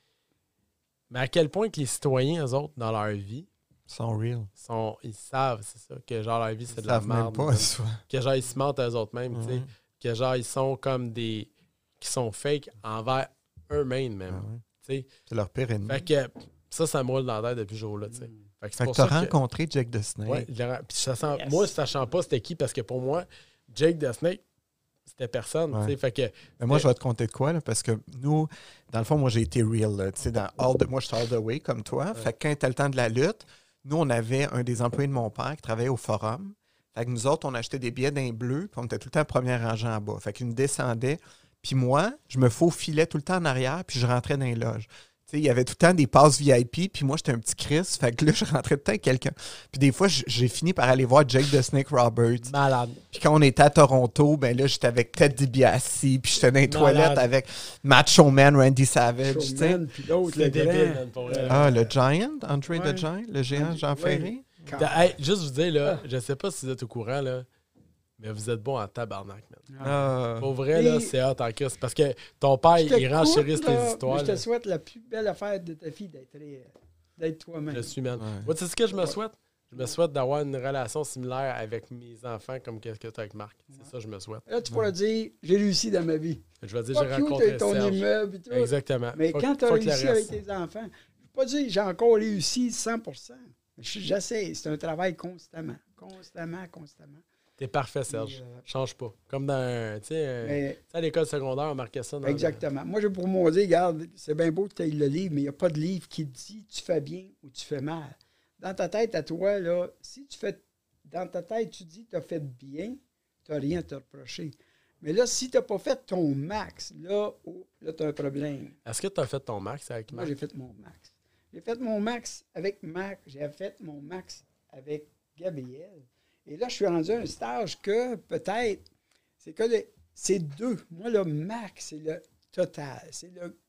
Mais à quel point que les citoyens, eux autres, dans leur vie, sont real. Ils savent, c'est ça, que genre leur vie, c'est de la savent même merde. pas, soit. Que genre, ils se mentent eux autres mêmes, tu sais. Que genre, ils sont comme des... qui sont fake envers eux-mêmes, même. Tu sais. C'est leur pire ennemi. Fait que ça me roule dans la tête depuis ce jour-là, tu sais. Fait que Fait que t'as rencontré Jake the Snake. Ouais, puis ça sent... Moi, sachant pas c'était qui, parce que pour moi, Jake the Snake, c'était personne, tu sais. Fait que... Mais moi, je vais te compter de quoi, là, parce que nous, dans le fond, moi, j'ai été real, tu sais, moi, je suis all the way, comme toi. Fait que quand était le temps de la lutte, nous, on avait un des employés de mon père qui travaillait au Forum. Fait que nous autres, on achetait des billets d'un bleu, puis on était tout le temps premier rangé en bas. Fait qu'ils nous descendaient. Puis moi, je me faufilais tout le temps en arrière, puis je rentrais dans les loges. Tu sais, il y avait tout le temps des passes VIP, puis moi, j'étais un petit Chris. Fait que là, je rentrais tout le temps avec quelqu'un. Puis des fois, j'ai fini par aller voir Jake the Snake Roberts. Malade. Puis quand on était à Toronto, ben là, j'étais avec Ted DiBiase, puis j'étais dans les toilettes avec Macho Man, Randy Savage. Tu sais. Puis l'autre, C'est le débile, grand. man, pour vrai. Ah, le Giant, Andre the Giant, le géant Jean Ferré. Hey, juste vous dire, là, je sais pas si vous êtes au courant, là, mais vous êtes bon en tabarnak, man. Ah. Pour vrai, là, c'est hot en crise. Parce que ton père, il renchérisse tes histoires. Je te souhaite la plus belle affaire de ta fille d'être toi-même. Je suis, man. Ouais. Moi, tu sais ce que je me souhaite? Je me souhaite d'avoir une relation similaire avec mes enfants comme qu'est-ce que tu as avec Marc. C'est ça que je me souhaite. Là, tu pourras dire, j'ai réussi dans ma vie. Je vais dire, Pas j'ai cute, rencontré ton Serge. immeuble et tout. Exactement. Mais Faut- quand tu as faut que le réussi avec reste- tes enfants, je ne peux pas dire j'ai encore réussi 100%. J'essaie. C'est un travail constamment. Constamment. T'es parfait, Serge. Mais, Change pas. Comme dans, tu sais, Mais- à l'école secondaire, on marquait ça. Dans Exactement. Moi, j'ai pour moi dire, regarde, c'est bien beau que tu aies le livre, mais il n'y a pas de livre qui te dit tu fais bien ou tu fais mal. Dans ta tête, à toi, là, si tu fais. Dans ta tête, tu dis tu as fait bien, tu n'as rien à te reprocher. Mais là, si tu n'as pas fait ton max, là tu as un problème. Est-ce que tu as fait ton max avec Moi, Marc? j'ai fait mon max. J'ai fait mon max avec Marc. J'ai fait mon max avec Gabriel. Et là, je suis rendu à un stage que peut-être, c'est que c'est deux. Moi, le max, c'est le total. C'est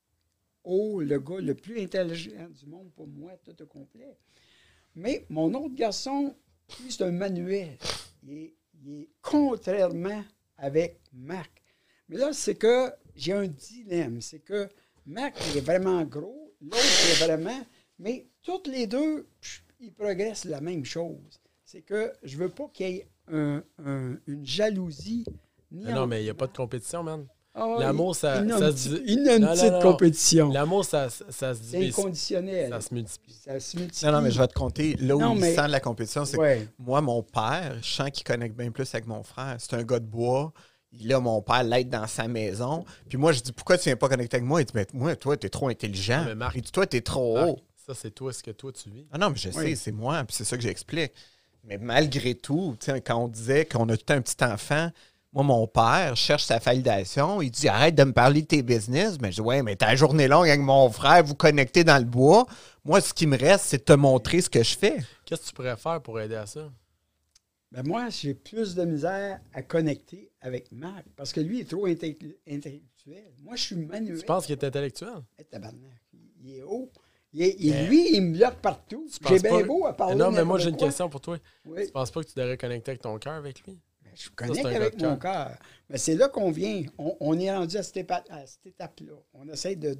le gars le plus intelligent du monde pour moi, tout au complet. Mais mon autre garçon, lui, c'est un manuel. Il est contrairement avec Marc. Mais là, c'est que j'ai un dilemme. C'est que Marc, il est vraiment gros. L'autre, est vraiment... Mais toutes les deux, ils progressent la même chose. C'est que je veux pas qu'il y ait une jalousie. Non, mais il n'y a pas de compétition, man. Ah, L'amour, ça se dit. Il y a une petite compétition. L'amour, ça se C'est divise. inconditionnel. Ça se multiplie. Ça se multiplie. Non, mais je vais te compter. Là où Non, il mais- sent de la compétition, c'est Ouais. que moi, mon père, je sens qu'il connecte bien plus avec mon frère. C'est un gars de bois. Là, mon père l'aide dans sa maison. Puis moi, je dis, pourquoi tu viens pas connecter avec moi? Il dit, mais moi, toi, t'es trop intelligent. Non, mais Marc- Il dit, toi, t'es trop Marc, haut. ça, c'est toi, ce que toi, tu vis. Ah non, mais je sais, Oui. c'est moi. Puis c'est ça que j'explique. Mais malgré tout, tu sais, quand on disait qu'on a tout un petit enfant, moi, mon père cherche sa validation. Il dit, arrête de me parler de tes business. Mais je dis, ouais, mais ta journée longue avec mon frère, vous connectez dans le bois. Moi, ce qui me reste, c'est de te montrer ce que je fais. Qu'est-ce que tu pourrais faire pour aider à ça? Ben moi, j'ai plus de misère à connecter avec Marc parce que lui, il est trop intellectuel. Moi, je suis manuel. Tu penses qu'il est intellectuel? Eh, tabarnak, il est haut. Lui, il me bloque partout. Tu penses J'ai bien pas- beau à parler. Non, mais moi, j'ai une n'importe quoi. question pour toi. Oui. Tu penses pas que tu devrais connecter avec ton cœur avec lui? Je connecte c'est un avec gars de mon cœur. Mais c'est là qu'on vient. On est rendu à cette étape-là. On essaie de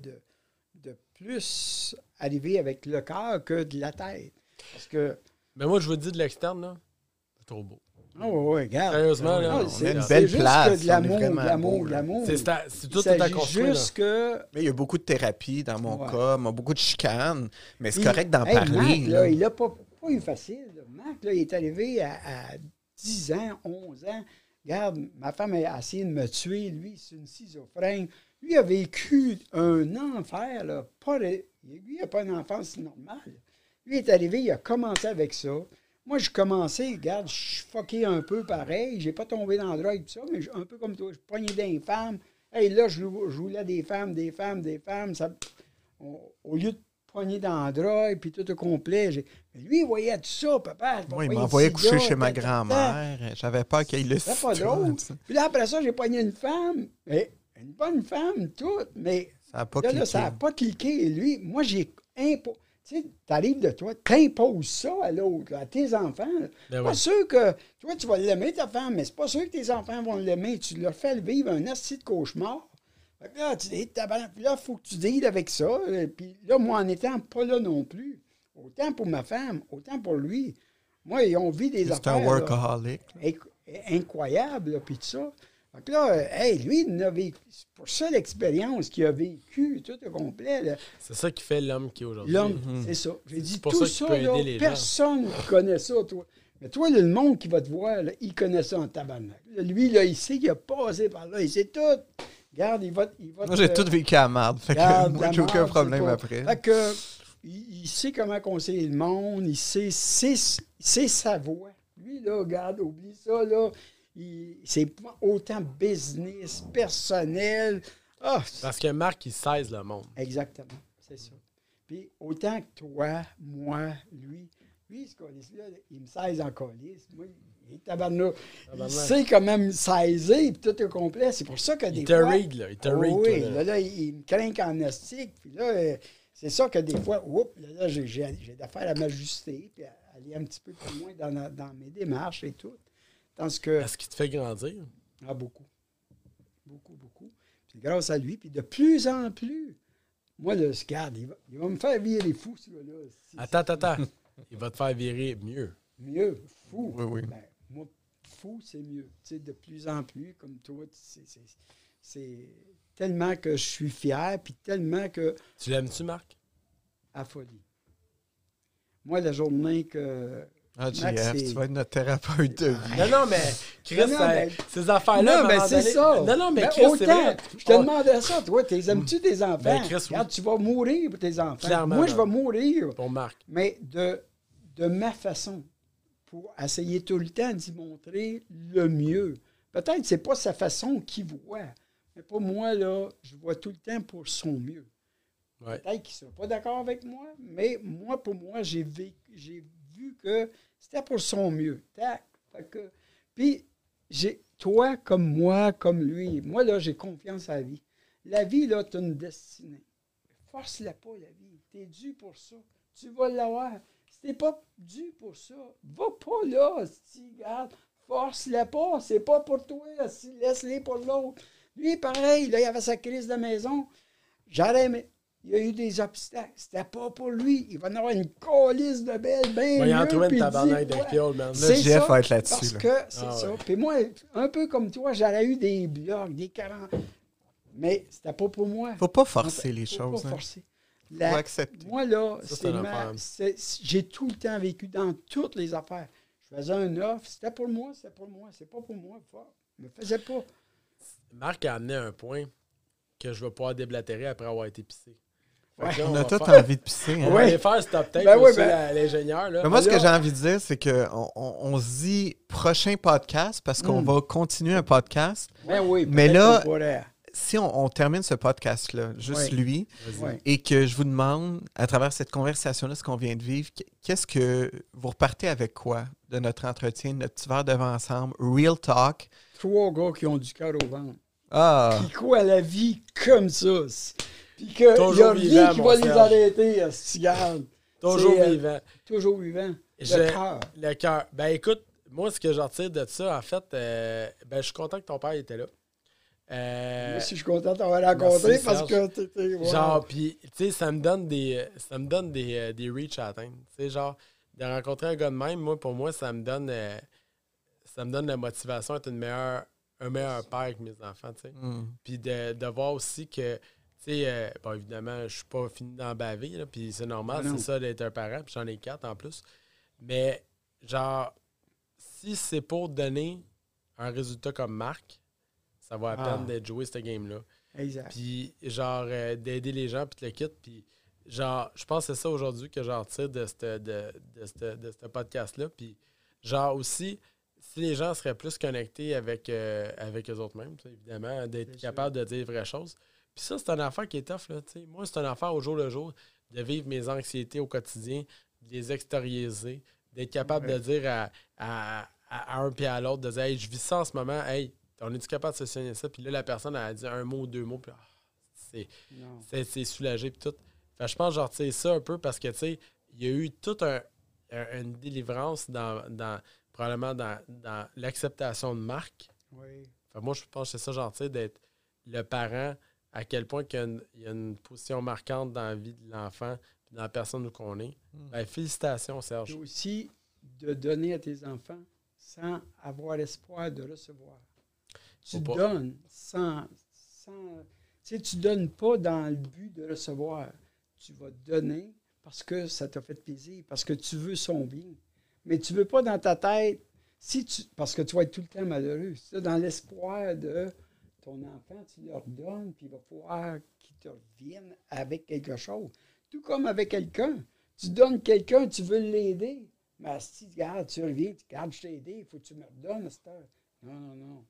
plus arriver avec le cœur que de la tête. Parce que. Mais moi, je vous dis de l'externe, là, c'est trop beau. Ah oui, regarde. Sérieusement, là, Non, on c'est est une là. belle juste place, que de l'amour, on est vraiment de l'amour, beau, de là. l'amour. C'est tout Il à s'agit construire, là. juste que. Mais il y a beaucoup de thérapie dans mon Ouais. cas, beaucoup de chicanes. Mais c'est Puis, correct d'en hey, parler. Marc, là. il n'a pas eu facile. Là. Marc, là, il est arrivé à 10 ans, 11 ans. Regarde, ma femme a essayé de me tuer. Lui, c'est une schizophrène. Lui a vécu un enfer. Là. Lui, il n'a pas une enfance normale. Lui est arrivé, il a commencé avec ça. Moi, je commençais, regarde, je suis fucké un peu pareil. J'ai pas tombé dans le drogue et tout ça, mais un peu comme toi, je pognais des femmes. Hey, là, je roulais des femmes. Ça, au lieu de poigner dans le drogue, puis tout au complet. Mais lui, il voyait tout ça, papa. Moi, il m'envoyait coucher chez ma grand-mère. J'avais peur qu'il le C'est pas drôle. Puis là, après ça, j'ai pogné une femme. Mais une bonne femme, toute. Mais Ça n'a pas là, cliqué. ça n'a pas cliqué. Et lui, moi, j'ai imposé. Tu sais, t'arrives de toi, t'imposes ça à l'autre, à tes enfants. C'est pas sûr que, toi, tu vas l'aimer, ta femme, mais c'est pas sûr que tes enfants vont l'aimer. Tu leur fais vivre un assis de cauchemar. Fait que là, tu dis, là, il faut que tu deals avec ça. Et puis là, moi, en étant pas là non plus, autant pour ma femme, autant pour lui, moi, ils ont vu des affaires. C'est un workaholic. Incroyables, là, puis tout ça. Fait que là, lui, il a vécu. C'est pour ça l'expérience qu'il a vécu, tout au complet. Là. C'est ça qui fait l'homme qui est aujourd'hui. L'homme, c'est ça. J'ai dit pour tout ça ça, qu'il peut là, aider les personne ne connaît ça, toi. Mais toi, là, le monde qui va te voir, là, il connaît ça en tabarnak. Là, lui, là, il sait qu'il a passé par là, il sait tout. Regarde, il va moi, j'ai tout vécu à marde. Fait que moi, j'ai aucun problème après. Fait que, il sait comment conseiller le monde, il sait sa voix. Lui, là, regarde, oublie ça, là. C'est autant business, personnel. Parce que Marc, il saisit le monde. Exactement, c'est ça. Puis autant que toi, moi, lui, ce colis-là, il me saisit en colis. Moi, il sait comment me saisir, puis tout est complet. C'est pour ça que des fois... Il te read, oui, là, il me craint en astique. Puis là, c'est ça que des fois, là, j'ai d'affaires à m'ajuster, puis à aller un petit peu plus loin dans mes démarches et tout. Est-ce qu'il te fait grandir? Ah, beaucoup. Beaucoup, beaucoup. Puis grâce à lui, puis de plus en plus, moi, là, regarde, il va me faire virer fou, ce gars-là. Attends. Il va te faire virer mieux. Mieux? Fou? Oui. Ben, moi, fou, c'est mieux. Tu sais, de plus en plus, comme toi, c'est tellement que je suis fier, puis tellement que... Tu l'aimes-tu, Marc? À folie. Moi, la journée que... Ah, JF, tu vas être notre thérapeute de vie. Non, mais Chris, ces affaires-là... Non, mais c'est ça. Non, mais Chris, c'est vrai. Je te demandais ça, toi. Aimes-tu tes enfants? Ben, Chris, regarde, tu vas mourir pour tes enfants. Clairement, moi, je vais mourir. Pour Marc. Mais de ma façon, pour essayer tout le temps d'y montrer le mieux. Peut-être que ce n'est pas sa façon qu'il voit. Mais pour moi, là, je vois tout le temps pour son mieux. Ouais. Peut-être qu'il ne sera pas d'accord avec moi, mais moi, pour moi, j'ai vu que c'était pour son mieux. Puis, toi, comme moi, comme lui, moi, là, j'ai confiance à la vie. La vie, là, tu as une destinée. Force-la pas, la vie. Tu es dû pour ça. Tu vas l'avoir. Si tu n'es pas dû pour ça, va pas là, si, regarde. Force-la pas. C'est pas pour toi. Si, laisse-les pour l'autre. Lui, pareil, là, il avait sa crise de maison. J'aurais aimé. Il y a eu des obstacles. C'était pas pour lui. Il va en avoir une colisse de belles, bien mieux. Il en trouve une tabarnak de piole, man. C'est Jeff ça, va être là-dessus. parce là. que c'est ça. Puis moi, un peu comme toi, j'aurais eu des blogs, des 40... Mais c'était pas pour moi. Faut pas forcer les Faut choses. pas Hein. forcer. Faut accepter. Moi, là, Ça, j'ai tout le temps vécu dans toutes les affaires. Je faisais un offre, c'était pour moi. C'est pas pour moi. Ne me faisais pas. Marc a amené un point que je vais pouvoir déblatérer après avoir été pissé. Ouais, on a tous envie de pisser. Hein? On va aller faire ce top tête l'ingénieur. Là. Mais moi, ce que j'ai envie de dire, c'est qu'on se dit prochain podcast parce qu'on va continuer un podcast. Ben oui, mais là, si on termine ce podcast-là, juste lui, et que je vous demande, à travers cette conversation-là, ce qu'on vient de vivre, qu'est-ce que vous repartez avec quoi de notre entretien, notre petit verre de vin ensemble, real talk? 3 gars qui ont du cœur au ventre. Qui croient à la vie comme ça. Puis qu'il n'y a rien qui va les arrêter, si garde. Toujours vivant. Toujours vivant. Le cœur. Ben écoute, moi, ce que j'en retire de ça, en fait, je suis content que ton père était là. Moi aussi, je suis content de t'avoir rencontré parce que t'étais... Wow. Genre, puis, tu sais, ça me donne des reach à atteindre. Tu sais, genre, de rencontrer un gars de même, moi, pour moi, ça me donne la motivation d'être un meilleur père avec mes enfants, tu sais. Puis de voir aussi que, tu sais, bon, évidemment, je suis pas fini d'en baver, puis c'est normal, c'est ça d'être un parent, puis j'en ai 4 en plus. Mais, genre, si c'est pour donner un résultat comme Marc, ça vaut la peine d'être joué, cette game-là. Exact. Puis, genre, d'aider les gens, puis te le quitte. Puis, genre, je pense que c'est ça aujourd'hui que j'en retire de ce podcast-là. Puis, genre, aussi, si les gens seraient plus connectés avec eux autres mêmes, évidemment, d'être capable de dire les vraies choses. Puis ça, c'est une affaire qui est tough, là, tu sais. Moi, c'est une affaire au jour le jour de vivre mes anxiétés au quotidien, de les extérioriser, d'être capable de dire à un puis à l'autre, de dire « Hey, je vis ça en ce moment, hey, on est-tu capable de solutionner ça? » Puis là, la personne, elle a dit un mot ou 2 mots, puis c'est soulagé puis tout. Fait, je pense genre tu sais ça un peu parce que tu sais il y a eu toute une délivrance probablement dans l'acceptation de Marc. Oui. Fait, moi je pense que c'est ça genre tu sais d'être le parent à quel point il y a une position marquante dans la vie de l'enfant puis dans la personne où qu'on est. Ben, félicitations Serge. Et aussi de donner à tes enfants sans avoir l'espoir de recevoir. Tu donnes sans tu sais, tu donnes pas dans le but de recevoir. Tu vas donner parce que ça t'a fait plaisir, parce que tu veux son bien. Mais tu veux pas dans ta tête, parce que tu vas être tout le temps malheureux. C'est dans l'espoir de ton enfant, tu leur donnes, puis il va falloir qu'il te revienne avec quelque chose. Tout comme avec quelqu'un. Tu donnes quelqu'un, tu veux l'aider. Mais si, regarde, tu reviens, tu regardes, je t'ai aidé, il faut que tu me redonnes à cette heure. Non.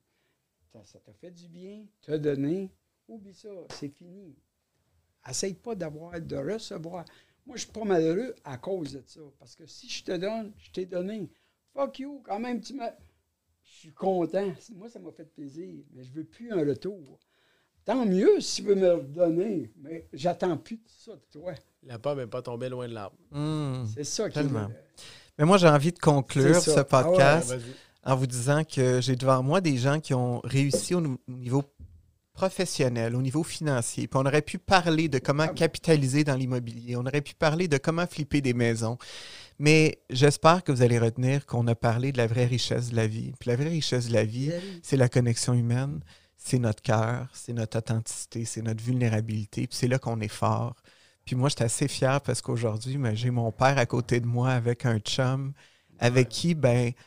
Ça t'a fait du bien, t'as donné. Oublie ça, c'est fini. Essaye pas de recevoir. Moi, je suis pas malheureux à cause de ça. Parce que si je te donne, je t'ai donné. Fuck you, quand même, je suis content. Moi, ça m'a fait plaisir, mais je veux plus un retour. Tant mieux si tu veux me le donner, mais j'attends plus de ça de toi. La pomme n'est pas tombée loin de l'arbre. C'est ça qui est... Mais moi, j'ai envie de conclure ce podcast en vous disant que j'ai devant moi des gens qui ont réussi au niveau professionnel, au niveau financier. Puis on aurait pu parler de comment capitaliser dans l'immobilier. On aurait pu parler de comment flipper des maisons. Mais j'espère que vous allez retenir qu'on a parlé de la vraie richesse de la vie. Puis la vraie richesse de la vie, c'est la connexion humaine, c'est notre cœur, c'est notre authenticité, c'est notre vulnérabilité. Puis c'est là qu'on est fort. Puis moi, j'étais assez fier parce qu'aujourd'hui, j'ai mon père à côté de moi avec un chum avec qui,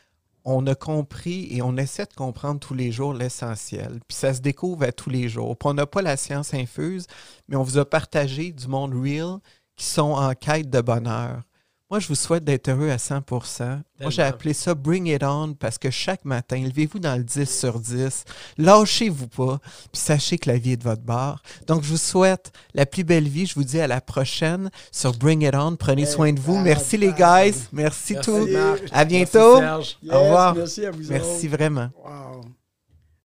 on a compris et on essaie de comprendre tous les jours l'essentiel. Puis ça se découvre à tous les jours. Puis on n'a pas la science infuse, mais on vous a partagé du monde real qui sont en quête de bonheur. Moi, je vous souhaite d'être heureux à 100%. Moi, j'ai appelé ça « Bring it on » parce que chaque matin, levez-vous dans le 10 sur 10. Lâchez-vous pas, puis sachez que la vie est de votre bord. Donc, je vous souhaite la plus belle vie. Je vous dis à la prochaine sur « Bring it on ». Prenez soin de vous. Merci les guys. Merci tous. Marc. À bientôt. Merci, Serge. Au revoir. Merci à vous. Merci vraiment. Wow.